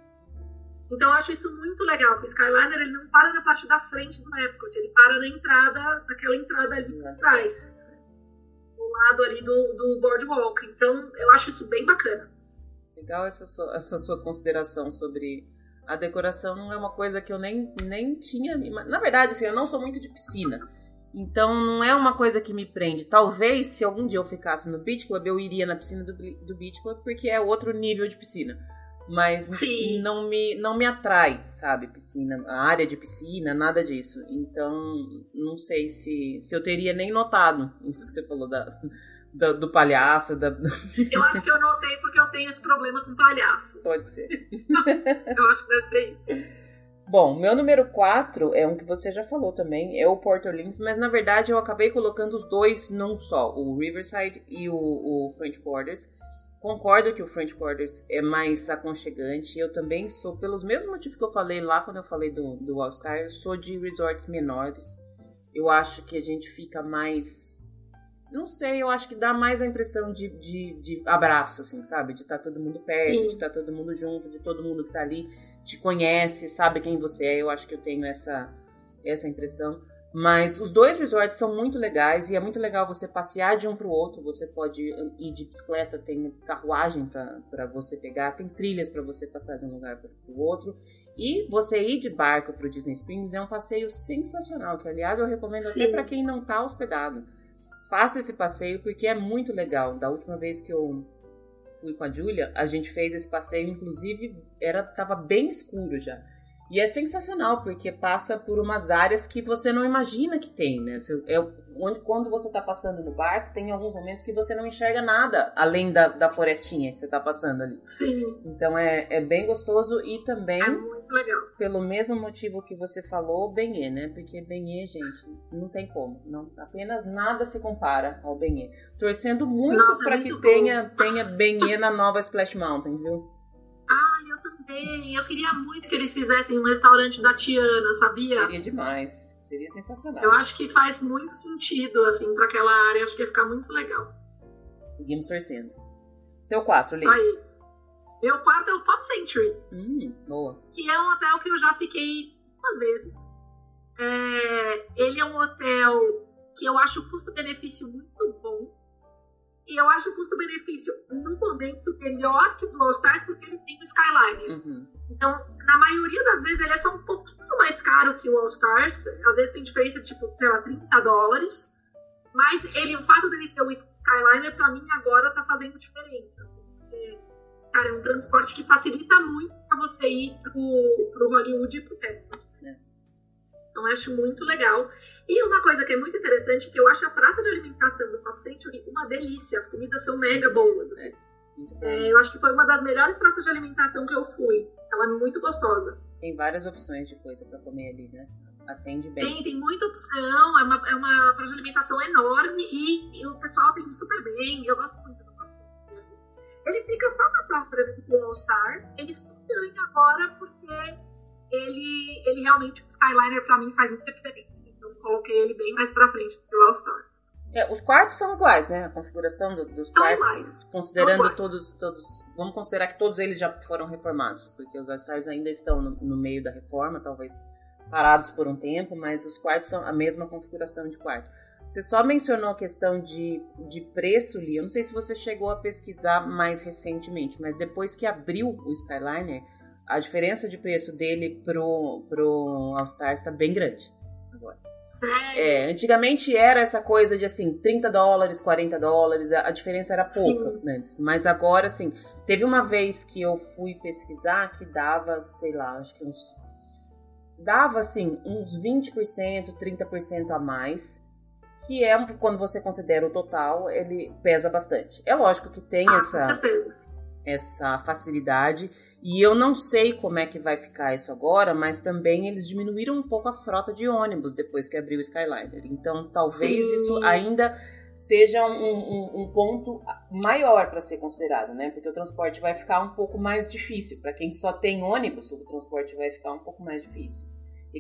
Então eu acho isso muito legal, porque o Skyliner ele não para na parte da frente do Epcot, ele para na entrada, naquela entrada ali por trás. Do lado ali do Boardwalk. Então eu acho isso bem bacana. Legal essa sua consideração sobre a decoração. Não é uma coisa que eu nem tinha... Na verdade, assim, eu não sou muito de piscina. Então não é uma coisa que me prende. Talvez, se algum dia eu ficasse no Beach Club, eu iria na piscina do Beach Club, porque é outro nível de piscina. Mas não me atrai, sabe? Piscina, a área de piscina, nada disso. Então, não sei se eu teria nem notado isso que você falou do palhaço. Eu acho que eu notei porque eu tenho esse problema com palhaço. Pode ser. Eu acho que deve ser isso. Bom, meu número 4 é um que você já falou também, é o Port Orleans, mas na verdade eu acabei colocando os dois num só, o Riverside e o French Quarters. Concordo que o French Quarters é mais aconchegante. Eu também sou, pelos mesmos motivos que eu falei lá quando eu falei do All Star, eu sou de resorts menores. Eu acho que a gente fica mais... Não sei, eu acho que dá mais a impressão de abraço, assim, sabe? De estar todo mundo perto, de estar todo mundo junto, de todo mundo que tá ali te conhece, sabe quem você é. Eu acho que eu tenho essa impressão. Mas os dois resorts são muito legais e é muito legal você passear de um para o outro. Você pode ir de bicicleta, tem carruagem para você pegar, tem trilhas para você passar de um lugar para o outro. E você ir de barco para o Disney Springs é um passeio sensacional, que aliás eu recomendo até para quem não está hospedado. Faça esse passeio porque é muito legal. Da última vez que eu fui com a Júlia, a gente fez esse passeio, inclusive tava bem escuro já. E é sensacional, porque passa por umas áreas que você não imagina que tem, né? Quando você tá passando no barco, tem alguns momentos que você não enxerga nada, além da florestinha que você tá passando ali. Sim. Então é bem gostoso e também, é muito legal. Pelo mesmo motivo que você falou, Beignet, né? Porque Beignet, gente, não tem como. Não, apenas nada se compara ao Beignet. Torcendo muito para que tenha Beignet na nova Splash Mountain, viu? Eu também. Eu queria muito que eles fizessem um restaurante da Tiana, sabia? Seria demais. Seria sensacional. Eu acho que faz muito sentido, assim, pra aquela área. Acho que ia ficar muito legal. Seguimos torcendo. Seu 4, Lê. Isso aí. Meu 4 é o Pop Century. Boa. Que é um hotel que eu já fiquei umas vezes. Ele é um hotel que eu acho o custo-benefício muito bom. E eu acho o custo-benefício, no momento, melhor que o do All Stars, porque ele tem o Skyliner. Então, na maioria das vezes, ele é só um pouquinho mais caro que o All Stars. Às vezes tem diferença de, tipo, sei lá, $30. Mas o fato dele ter o Skyliner, pra mim, agora tá fazendo diferença. Assim, porque, cara, é um transporte que facilita muito pra você ir pro Hollywood e pro Epcot. Então, eu acho muito legal. E uma coisa que é muito interessante, que eu acho a praça de alimentação do Pop Century uma delícia. As comidas são mega boas, assim. Eu acho que foi uma das melhores praças de alimentação que eu fui. Ela é muito gostosa. Tem várias opções de coisa pra comer ali, né? Atende bem. Tem muita opção. É uma praça de alimentação enorme e o pessoal atende super bem. Eu gosto muito do Pop Century, assim. Ele fica pau pra mim com o All Stars. Ele só ganha agora porque ele realmente, o Skyliner pra mim faz muita diferença. Então coloquei ele bem mais pra frente do que o All Stars. Os quartos são iguais, né? A configuração dos quartos. Iguais. Considerando todos. Vamos considerar que todos eles já foram reformados, porque os All Stars ainda estão no meio da reforma, talvez parados por um tempo, mas os quartos são a mesma configuração de quarto. Você só mencionou a questão de preço, Lee. Eu não sei se você chegou a pesquisar mais recentemente, mas depois que abriu o Skyliner, a diferença de preço dele pro All Stars está bem grande agora. Sério? Antigamente era essa coisa de assim, $30, $40, a diferença era pouca antes. Mas agora, assim, teve uma vez que eu fui pesquisar que dava, sei lá, acho que dava assim, uns 20%, 30% a mais. Que quando você considera o total, ele pesa bastante. É lógico que tem com certeza. essa facilidade. E eu não sei como é que vai ficar isso agora, mas também eles diminuíram um pouco a frota de ônibus depois que abriu o Skyliner. Então, talvez isso ainda seja um ponto maior para ser considerado, né? Porque o transporte vai ficar um pouco mais difícil. Para quem só tem ônibus, o transporte vai ficar um pouco mais difícil. E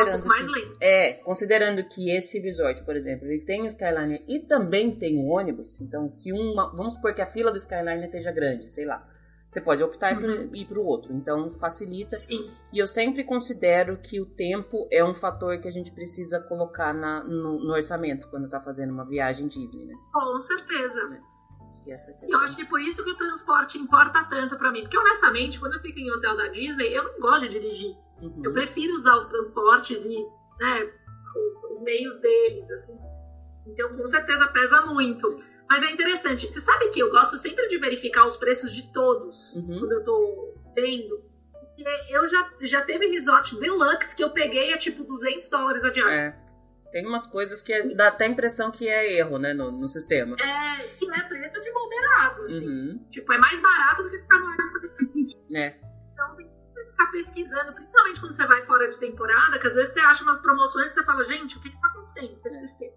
considerando que esse resort, por exemplo, ele tem o Skyliner e também tem o ônibus, então se vamos supor que a fila do Skyliner esteja grande, sei lá, você pode optar por ir para o outro, então facilita. Sim. E eu sempre considero que o tempo é um fator que a gente precisa colocar no orçamento quando está fazendo uma viagem Disney, né? Com certeza. Né? Eu acho que por isso que o transporte importa tanto para mim, porque honestamente, quando eu fico em hotel da Disney, eu não gosto de dirigir. Eu prefiro usar os transportes e, né, os meios deles, assim. Então, com certeza, pesa muito. Mas é interessante. Você sabe que eu gosto sempre de verificar os preços de todos quando eu tô vendo. Porque eu já teve resort deluxe que eu peguei a tipo $200 a diária. Tem umas coisas que dá até a impressão que é erro, né, no sistema. Que é preço de moderado, assim. Tipo, é mais barato do que ficar no ar. Então, tem ficar pesquisando, principalmente quando você vai fora de temporada, que às vezes você acha umas promoções e você fala, gente, o que tá acontecendo com esse sistema?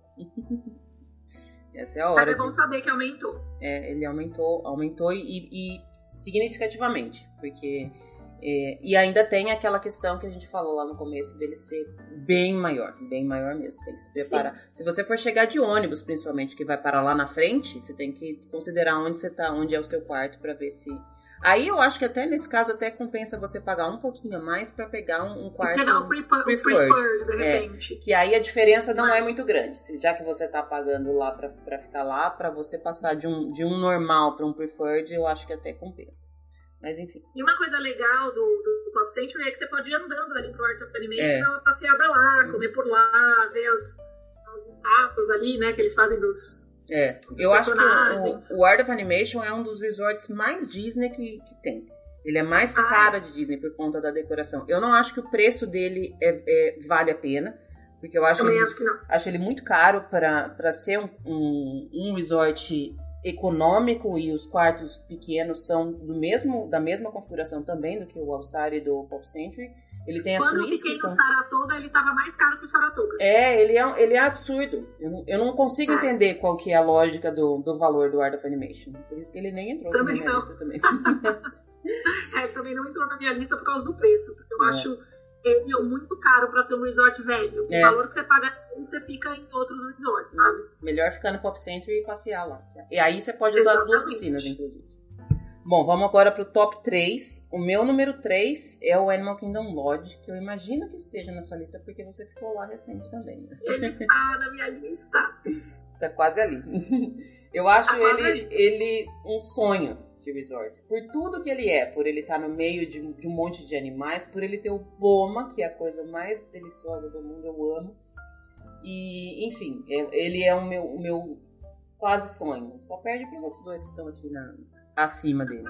Essa é a hora. Mas é bom saber que aumentou. Ele aumentou e significativamente, porque e ainda tem aquela questão que a gente falou lá no começo dele ser bem maior mesmo, tem que se preparar. Sim. Se você for chegar de ônibus, principalmente, que vai parar lá na frente, você tem que considerar onde você tá, onde é o seu quarto, pra ver se... Aí eu acho que até nesse caso até compensa você pagar um pouquinho a mais pra pegar um quarto pegar um preferred, de repente. Que aí a diferença não é muito grande. Já que você tá pagando lá pra ficar lá, pra você passar de um normal pra um preferred, eu acho que até compensa. Mas enfim. E uma coisa legal do Pop Century é que você pode ir andando ali pro Art of Animation, dar uma passeada lá, comer por lá, ver os estátuas ali, né, que eles fazem dos... eu acho que o Art of Animation é um dos resorts mais Disney que tem. Ele é mais cara de Disney por conta da decoração. Eu não acho que o preço dele vale a pena, porque eu acho ele muito caro para ser um resort econômico, e os quartos pequenos são da mesma configuração também do que o All Star e do Pop Century. Ele tem as suítes. Quando eu fiquei no Saratoga, ele tava mais caro que o Saratoga. Ele é absurdo. Eu não consigo entender qual que é a lógica do valor do Art of Animation. Por isso que ele nem entrou também na minha não. lista também. Também não entrou na minha lista por causa do preço. Porque eu acho ele muito caro pra ser um resort velho. O valor que você paga, você fica em outros resorts, sabe? Melhor ficar no Pop Century e passear lá. E aí você pode usar as duas piscinas, inclusive. Bom, vamos agora pro top 3. O meu número 3 é o Animal Kingdom Lodge, que eu imagino que esteja na sua lista, porque você ficou lá recente também, né? Ele está na minha lista. Tá quase ali. Eu acho ele um sonho de resort. Por tudo que ele é, por ele estar no meio de um monte de animais, por ele ter o Boma, que é a coisa mais deliciosa do mundo, eu amo. E, enfim, ele é o meu quase sonho. Só perde pros outros dois que estão aqui acima dele.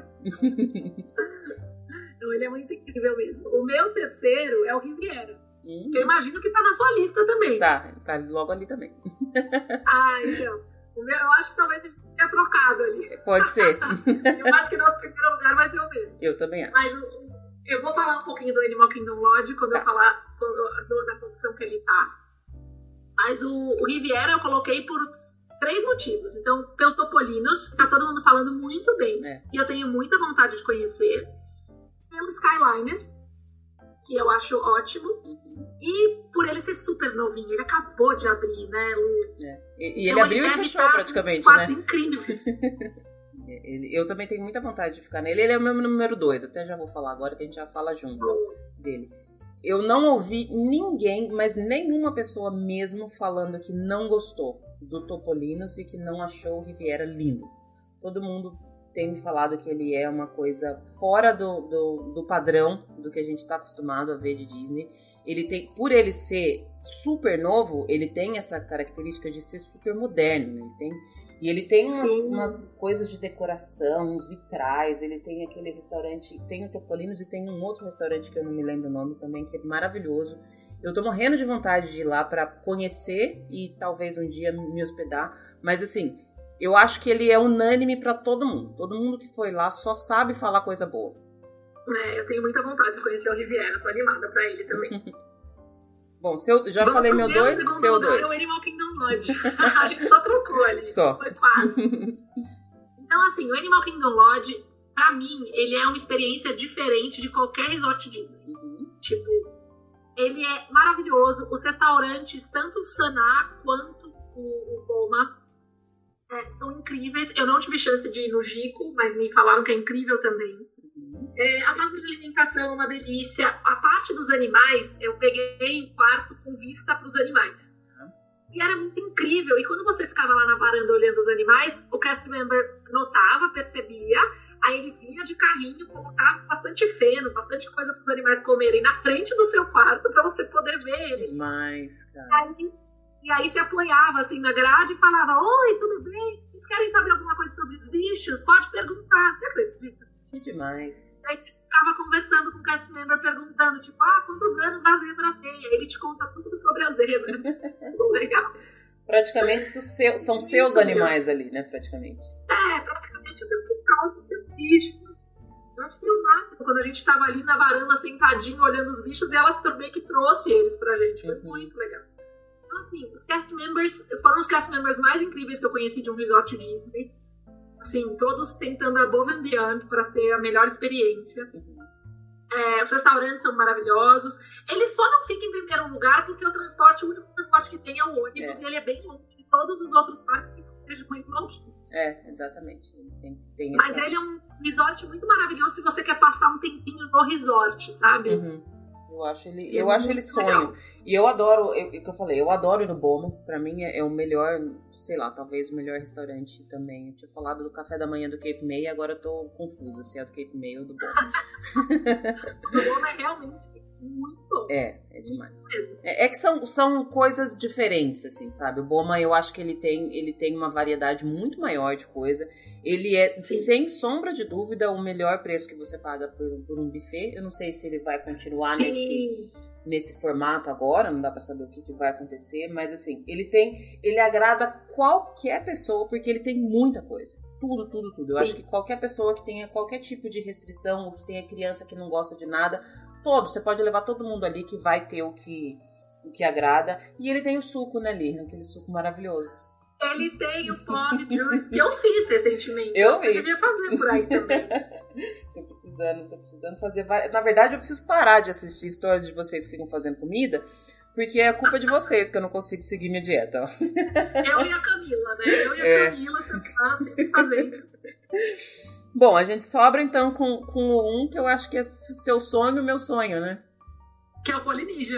Então, ele é muito incrível mesmo. O meu terceiro é o Riviera. Que eu imagino que tá na sua lista também. Tá logo ali também. Então. O meu, eu acho que talvez a gente tenha trocado ali. Pode ser. Eu acho que nosso primeiro lugar vai ser o mesmo. Eu também acho. Mas eu vou falar um pouquinho do Animal Kingdom Lodge quando eu falar da posição que ele tá. Mas o Riviera eu coloquei por 3 motivos. Então, pelo Topolinos, que tá todo mundo falando muito bem. E eu tenho muita vontade de conhecer. Pelo Skyliner, que eu acho ótimo. E por ele ser super novinho. Ele acabou de abrir, né? E ele abriu e fechou praticamente, né? Incríveis. Eu também tenho muita vontade de ficar nele. Ele é o meu número 2. Até já vou falar agora, que a gente já fala junto dele. Eu não ouvi ninguém, mas nenhuma pessoa mesmo, falando que não gostou do Topolinos e que não achou o Riviera lindo. Todo mundo tem me falado que ele é uma coisa fora do padrão do que a gente está acostumado a ver de Disney. Ele tem, por ele ser super novo, ele tem essa característica de ser super moderno. Ele tem umas coisas de decoração, uns vitrais. Ele tem aquele restaurante, tem o Topolinos e tem um outro restaurante que eu não me lembro o nome também, que é maravilhoso. Eu tô morrendo de vontade de ir lá para conhecer e talvez um dia me hospedar. Mas assim, eu acho que ele é unânime pra todo mundo. Todo mundo que foi lá só sabe falar coisa boa. Eu tenho muita vontade de conhecer o Riviera, tô animada pra ele também. Bom, já falei meu 2, seu 2. É o Animal Kingdom Lodge. A gente só trocou ali. Só. Foi quase. Então, assim, o Animal Kingdom Lodge, pra mim, ele é uma experiência diferente de qualquer resort Disney. Tipo, ele é maravilhoso. Os restaurantes, tanto o Sanaa quanto o Boma, são incríveis. Eu não tive chance de ir no Gico, mas me falaram que é incrível também. A parte de alimentação é uma delícia. A parte dos animais, eu peguei o quarto com vista para os animais. E era muito incrível. E quando você ficava lá na varanda olhando os animais, o cast member notava, percebia, aí ele vinha de carrinho, colocava bastante feno, bastante coisa para os animais comerem na frente do seu quarto para você poder ver eles. Demais, cara. E aí se apoiava assim na grade e falava: oi, tudo bem? Vocês querem saber alguma coisa sobre os bichos? Pode perguntar. Você acredita? Que demais. Aí você ficava conversando com o cast member, perguntando, tipo, quantos anos a zebra tem? Aí ele te conta tudo sobre a zebra. Muito legal. Praticamente são seus animais ali, né? Praticamente. Praticamente o tempo todo com seus bichos. Eu acho que eu mato quando a gente estava ali na varanda, sentadinho, olhando os bichos, e ela também que trouxe eles pra gente. Foi muito legal. Então, assim, os cast members foram os cast members mais incríveis que eu conheci de um resort Disney. Assim, todos tentando above and beyond para ser a melhor experiência. Os restaurantes são maravilhosos. Ele só não fica em primeiro lugar porque o único transporte que tem é o ônibus e ele é bem longe de todos os outros parques que não sejam muito longinhos. Exatamente. Ele tem Mas ele é um resort muito maravilhoso se você quer passar um tempinho no resort, sabe? Eu acho ele sonho. Legal. E eu adoro, eu adoro ir no Boma. Pra mim é o melhor, sei lá, talvez o melhor restaurante também. Eu tinha falado do café da manhã do Cape May, agora eu tô confusa se é do Cape May ou do Boma. O Boma é realmente muito bom. É demais. É que são coisas diferentes, assim, sabe? O Boma, eu acho que ele tem uma variedade muito maior de coisa. Ele é, sem sombra de dúvida, o melhor preço que você paga por um buffet. Eu não sei se ele vai continuar nesse formato agora, não dá pra saber o que vai acontecer, mas assim, ele agrada qualquer pessoa, porque ele tem muita coisa. Tudo. Eu acho que qualquer pessoa que tenha qualquer tipo de restrição, ou que tenha criança que não gosta de nada, você pode levar todo mundo ali que vai ter o que agrada. E ele tem o suco, né, Li? Aquele suco maravilhoso. Ele tem o Pod Juice que eu fiz recentemente. Eu vi. Eu devia fazer por aí também. Tô precisando fazer. Na verdade, eu preciso parar de assistir histórias de vocês que ficam fazendo comida, porque é culpa de vocês que eu não consigo seguir minha dieta. Ó. Eu e a Camila, né? Eu e a Camila sempre fazendo. Bom, a gente sobra então com o que eu acho que é seu sonho e meu sonho, né? Que é o Polynesian.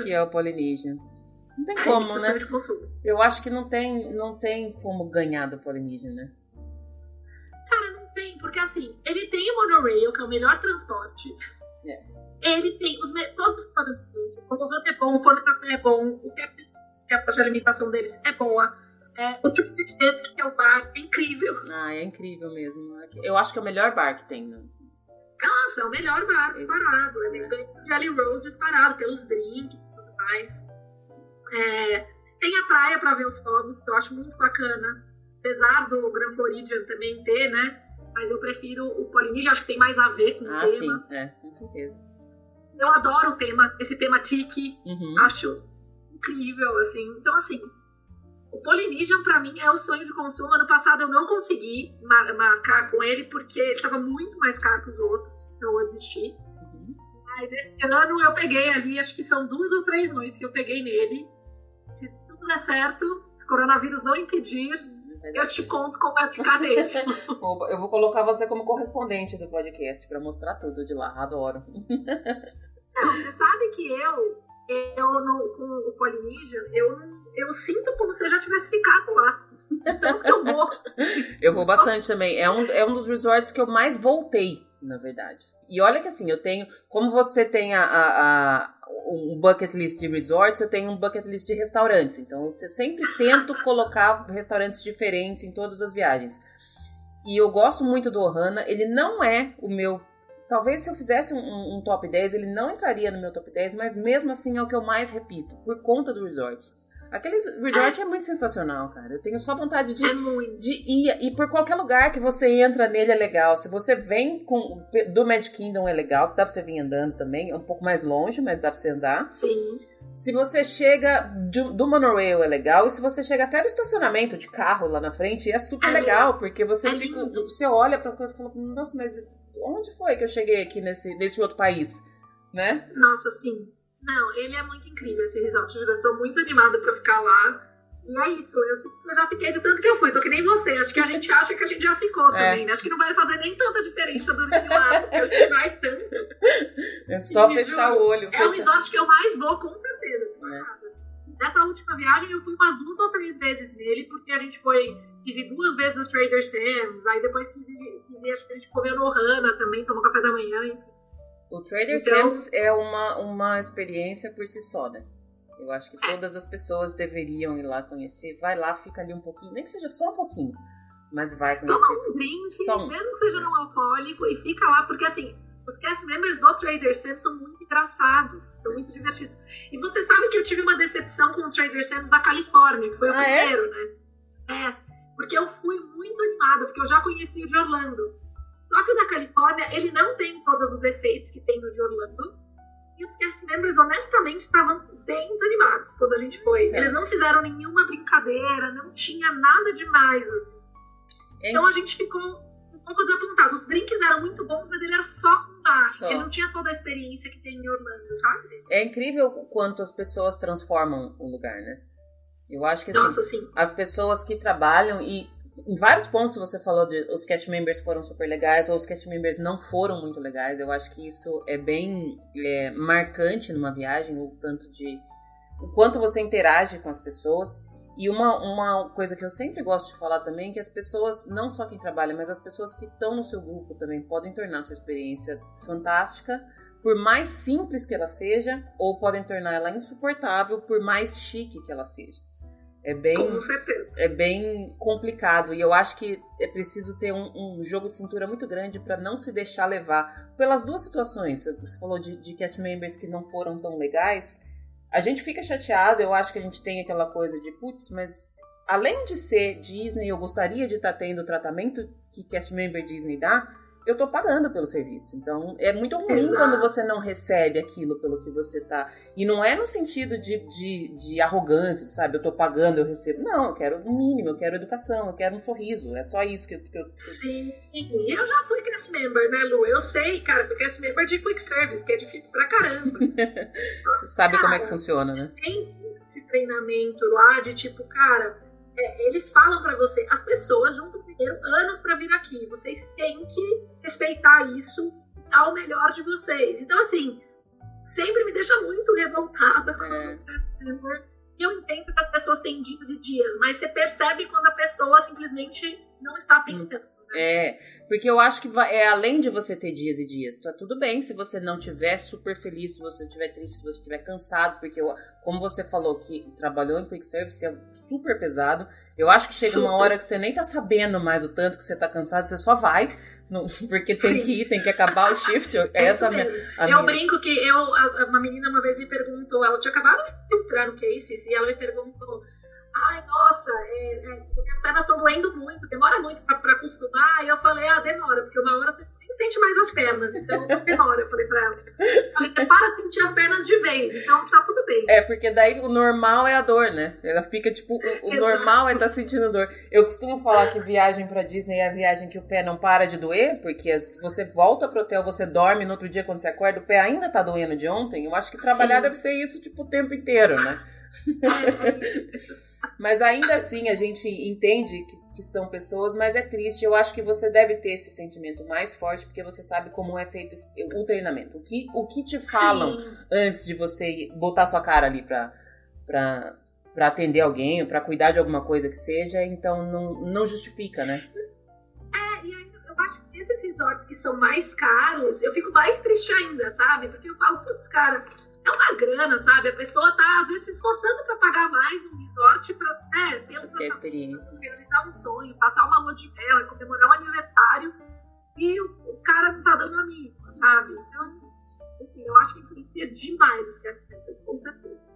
Não tem como, isso, né? De consumo. Eu acho que não tem como ganhar do Polynesian, né? Cara, não tem, porque assim, ele tem o monorail, que é o melhor transporte. Ele tem todos os restaurantes, o restaurante é bom, o pão de café é bom, o que a parte de alimentação deles é boa. O tipo de distância que é o bar é incrível. É incrível mesmo. Eu acho que é o melhor bar que tem, né? Nossa, é o melhor bar disparado. Tem Jelly Rolls disparado pelos drinks e tudo mais. Tem a praia pra ver os fogos, que eu acho muito bacana. Apesar do Grand Floridian também ter, né? Mas eu prefiro o Polynesian, acho que tem mais a ver com o tema. Sim, com certeza. Eu adoro o tema, esse tema tiki. Acho incrível, assim. Então, assim, o Polynesian, pra mim, é o sonho de consumo. Ano passado eu não consegui marcar com ele, porque ele estava muito mais caro que os outros. Então eu desisti. Mas esse ano eu peguei ali, acho que são 2 ou 3 noites que eu peguei nele. Se tudo der certo, se o coronavírus não impedir, eu te conto como vai ficar nele. Eu vou colocar você como correspondente do podcast pra mostrar tudo de lá. Adoro. Não, você sabe que com o Polynesian, eu sinto como se eu já tivesse ficado lá. De tanto que eu vou. Eu vou bastante também. É um dos resorts que eu mais voltei, na verdade. E olha que assim, eu tenho... Como você tem um bucket list de resorts, eu tenho um bucket list de restaurantes. Então, eu sempre tento colocar restaurantes diferentes em todas as viagens. E eu gosto muito do Ohana. Ele não é o meu... Talvez se eu fizesse um top 10, ele não entraria no meu top 10, mas mesmo assim é o que eu mais repito, por conta do resort. Aquele resort é muito sensacional, cara. Eu tenho só vontade de ir. E por qualquer lugar que você entra nele é legal. Se você vem do Magic Kingdom é legal, que dá pra você vir andando também. É um pouco mais longe, mas dá pra você andar. Sim. Se você chega do monorail é legal. E se você chega até no estacionamento de carro lá na frente, é super legal. Porque você você olha pra coisa e fala, nossa, mas onde foi que eu cheguei aqui nesse outro país? Né? Nossa, sim. Não, ele é muito incrível, esse resort. Eu tô muito animada pra ficar lá. E é isso, eu já fiquei de tanto que eu fui. Tô que nem você. Acho que a gente acha que a gente já ficou também, né? Acho que não vai fazer nem tanta diferença dormir lá, porque a gente vai tanto. É só fechar o olho. É o resort que eu mais vou, com certeza. Nessa última viagem, eu fui umas 2 ou 3 vezes nele, porque a gente quis ir 2 vezes no Trader Sam's, aí depois quis ir, acho que a gente comeu no Ohana também, tomou café da manhã, enfim. O Trader Sam's é uma experiência por si só, né? Eu acho que todas as pessoas deveriam ir lá conhecer. Vai lá, fica ali um pouquinho, nem que seja só um pouquinho, mas vai conhecer. Toma um drink, mesmo que seja não alcoólico, e fica lá, porque assim, os cast members do Trader Sam's são muito engraçados, são muito divertidos. E você sabe que eu tive uma decepção com o Trader Sam's da Califórnia, que foi o primeiro, né? Porque eu fui muito animada, porque eu já conheci o de Orlando. Só que o da Califórnia, ele não tem todos os efeitos que tem no de Orlando. E os cast members, honestamente, estavam bem desanimados quando a gente foi. Eles não fizeram nenhuma brincadeira, não tinha nada demais. Assim. Então a gente ficou um pouco desapontado. Os drinks eram muito bons, mas ele era só um bar. Ele não tinha toda a experiência que tem em Orlando, sabe? É incrível o quanto as pessoas transformam o lugar, né? Eu acho que assim, as pessoas que trabalham e em vários pontos você falou de os cast members foram super legais ou os cast members não foram muito legais. Eu acho que isso é bem marcante numa viagem, o quanto você interage com as pessoas. E uma coisa que eu sempre gosto de falar também é que as pessoas, não só quem trabalha, mas as pessoas que estão no seu grupo também podem tornar a sua experiência fantástica, por mais simples que ela seja, ou podem tornar ela insuportável por mais chique que ela seja. Com certeza. É bem complicado e eu acho que é preciso ter um jogo de cintura muito grande para não se deixar levar pelas duas situações. Você falou de cast members que não foram tão legais. A gente fica chateado, eu acho que a gente tem aquela coisa de putz, mas além de ser Disney, eu gostaria de estar tendo o tratamento que cast member Disney dá, eu tô pagando pelo serviço. Então, é muito ruim quando você não recebe aquilo pelo que você tá. E não é no sentido de arrogância, sabe? Eu tô pagando, eu recebo. Não, eu quero o mínimo, eu quero educação, eu quero um sorriso. É só isso que eu... Sim, e eu já fui cast member, né, Lu? Eu sei, cara, fui cast member de quick service, que é difícil pra caramba. Você sabe como é que funciona, né? Tem esse treinamento lá de tipo, cara... eles falam pra você, as pessoas juntam primeiro anos pra vir aqui, vocês têm que respeitar isso ao melhor de vocês. Então, assim, sempre me deixa muito revoltada e eu entendo que as pessoas têm dias e dias, mas você percebe quando a pessoa simplesmente não está tentando. Porque eu acho que além de você ter dias e dias, tá tudo bem se você não estiver super feliz, se você estiver triste, se você estiver cansado, porque como você falou que trabalhou em quick service, é super pesado. Eu acho que chega uma hora que você nem tá sabendo mais o tanto que você tá cansado, você só vai, porque tem que ir, tem que acabar o shift. Eu brinco que uma menina uma vez me perguntou, ela tinha acabado de entrar no Cases e ela me perguntou: ai, nossa, minhas pernas estão doendo muito, demora muito pra acostumar. E eu falei, demora, porque uma hora você nem sente mais as pernas, então não demora, eu falei pra ela. Falei, para de sentir as pernas de vez, então tá tudo bem. Porque daí o normal é a dor, né? Ela fica tipo, o normal é estar sentindo dor. Eu costumo falar que viagem pra Disney é a viagem que o pé não para de doer, porque você volta pro hotel, você dorme, no outro dia quando você acorda, o pé ainda tá doendo de ontem. Eu acho que trabalhar deve ser isso, tipo, o tempo inteiro, né? Mas ainda assim a gente entende que são pessoas, mas é triste. Eu acho que você deve ter esse sentimento mais forte, porque você sabe como é feito o treinamento. O que te falam antes de você botar sua cara ali pra atender alguém, ou pra cuidar de alguma coisa que seja, então não justifica, né? E aí eu acho que nesses resorts que são mais caros, eu fico mais triste ainda, sabe? Porque eu falo, putz, cara, é uma grana, sabe? A pessoa tá, às vezes, se esforçando pra pagar mais no resort pra ter experiência, realizar um sonho, passar uma lua de mel, comemorar um aniversário, e o cara não tá dando a mínima, sabe? Então, enfim, eu acho que influencia demais os cast members, com certeza.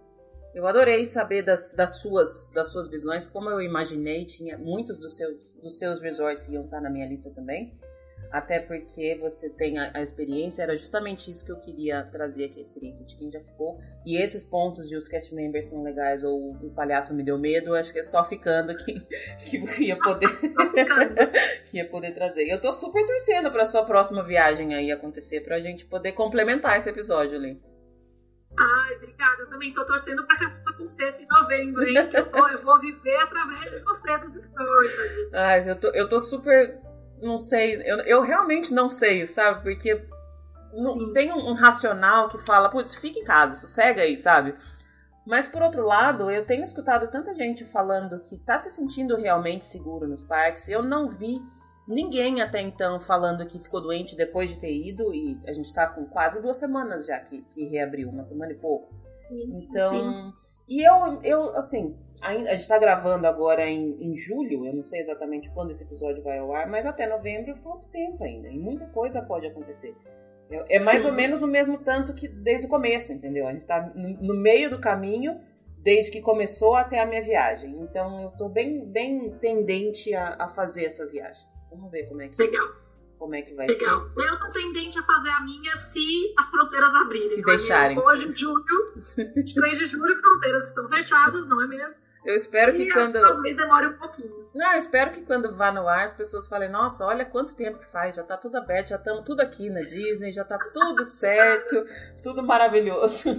Eu adorei saber das suas visões, como eu imaginei, tinha muitos dos seus resorts iam estar na minha lista também, até porque você tem a experiência, era justamente isso que eu queria trazer aqui, a experiência de quem já ficou, e esses pontos de os cast members são legais, ou o palhaço me deu medo, acho que é só ficando que ia poder trazer. Eu tô super torcendo pra sua próxima viagem aí acontecer, pra gente poder complementar esse episódio ali. Ai, obrigada. Eu também tô torcendo pra que isso aconteça em novembro, hein? Eu vou viver através de você dos stories. Ai, eu tô super... Não sei. Eu realmente não sei, sabe? Porque não, tem um racional que fala, putz, fica em casa, sossega aí, sabe? Mas, por outro lado, eu tenho escutado tanta gente falando que tá se sentindo realmente seguro nos parques. Eu não vi ninguém até então falando que ficou doente depois de ter ido, e a gente tá com quase 2 semanas já que reabriu, 1 semana e pouco. Então, sim. E eu assim, a gente tá gravando agora em julho, eu não sei exatamente quando esse episódio vai ao ar, mas até novembro falta tempo ainda, e muita coisa pode acontecer. É mais ou menos o mesmo tanto que desde o começo, entendeu? A gente tá no meio do caminho, desde que começou até a minha viagem. Então, eu tô bem tendente a fazer essa viagem. Vamos ver como é que vai ser. Eu tô tendente a fazer a minha se as fronteiras abrirem. Se deixarem. Hoje, em julho, 3 de julho, fronteiras estão fechadas, não é mesmo? Eu espero que quando... Talvez demore um pouquinho. Não, eu espero que quando vá no ar as pessoas falem, nossa, olha quanto tempo que faz, já tá tudo aberto, já estamos tudo aqui na Disney, já tá tudo certo, tudo maravilhoso.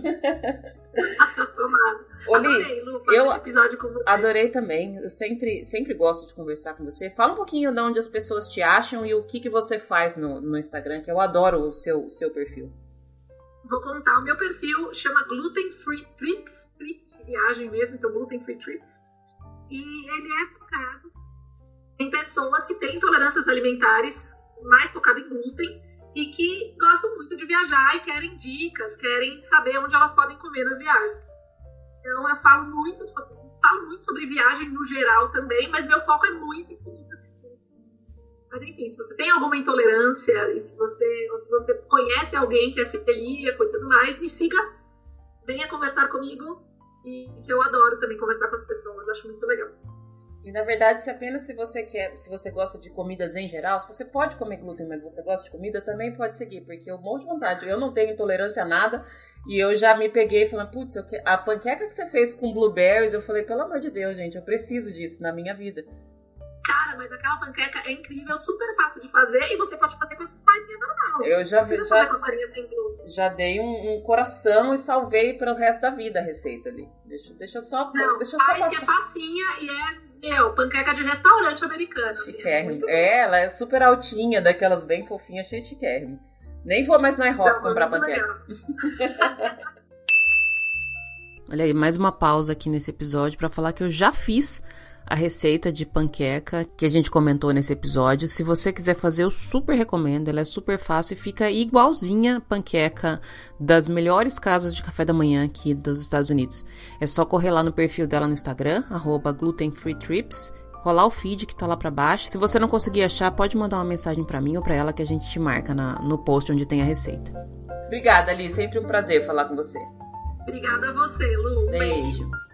Oli, adorei, Lu, fazer esse episódio com você. Adorei também, eu sempre gosto de conversar com você. Fala um pouquinho de onde as pessoas te acham e o que você faz no Instagram, que eu adoro o seu perfil. Vou contar, o meu perfil chama Gluten Free Trips de viagem mesmo, então Gluten Free Trips. E ele é focado em pessoas que têm intolerâncias alimentares, mais focado em glúten, e que gostam muito de viajar e querem dicas, querem saber onde elas podem comer nas viagens. Então eu falo muito sobre viagem no geral também, mas meu foco é muito em comida. Mas enfim, se você tem alguma intolerância, e se você conhece alguém que é celíaco e tudo mais, me siga, venha conversar comigo, e que eu adoro também conversar com as pessoas, acho muito legal. E na verdade, se você gosta de comidas em geral, se você pode comer glúten, mas você gosta de comida, também pode seguir, porque eu morro de vontade. Eu não tenho intolerância a nada, e eu já me peguei falando, putz, a panqueca que você fez com blueberries, eu falei, pelo amor de Deus, gente, eu preciso disso na minha vida. Cara, mas aquela panqueca é incrível, super fácil de fazer, e você pode fazer com essa farinha normal. Eu já fazer com a farinha sem glúten. Já dei um coração e salvei para o resto da vida a receita ali. Deixa só passar. Que é facinha e panqueca de restaurante americano. Chiquérrimo. Assim, ela é super altinha, daquelas bem fofinhas, cheia de chiquérrimo. Nem vou mais no iHop comprar panqueca. Olha aí, mais uma pausa aqui nesse episódio para falar que eu já fiz a receita de panqueca que a gente comentou nesse episódio. Se você quiser fazer, eu super recomendo. Ela é super fácil e fica igualzinha a panqueca das melhores casas de café da manhã aqui dos Estados Unidos. É só correr lá no perfil dela no Instagram, @glutenfreetrips, rolar o feed que tá lá pra baixo. Se você não conseguir achar, pode mandar uma mensagem pra mim ou pra ela que a gente te marca no post onde tem a receita. Obrigada, Ali. Sempre um prazer falar com você. Obrigada a você, Lu. Beijo.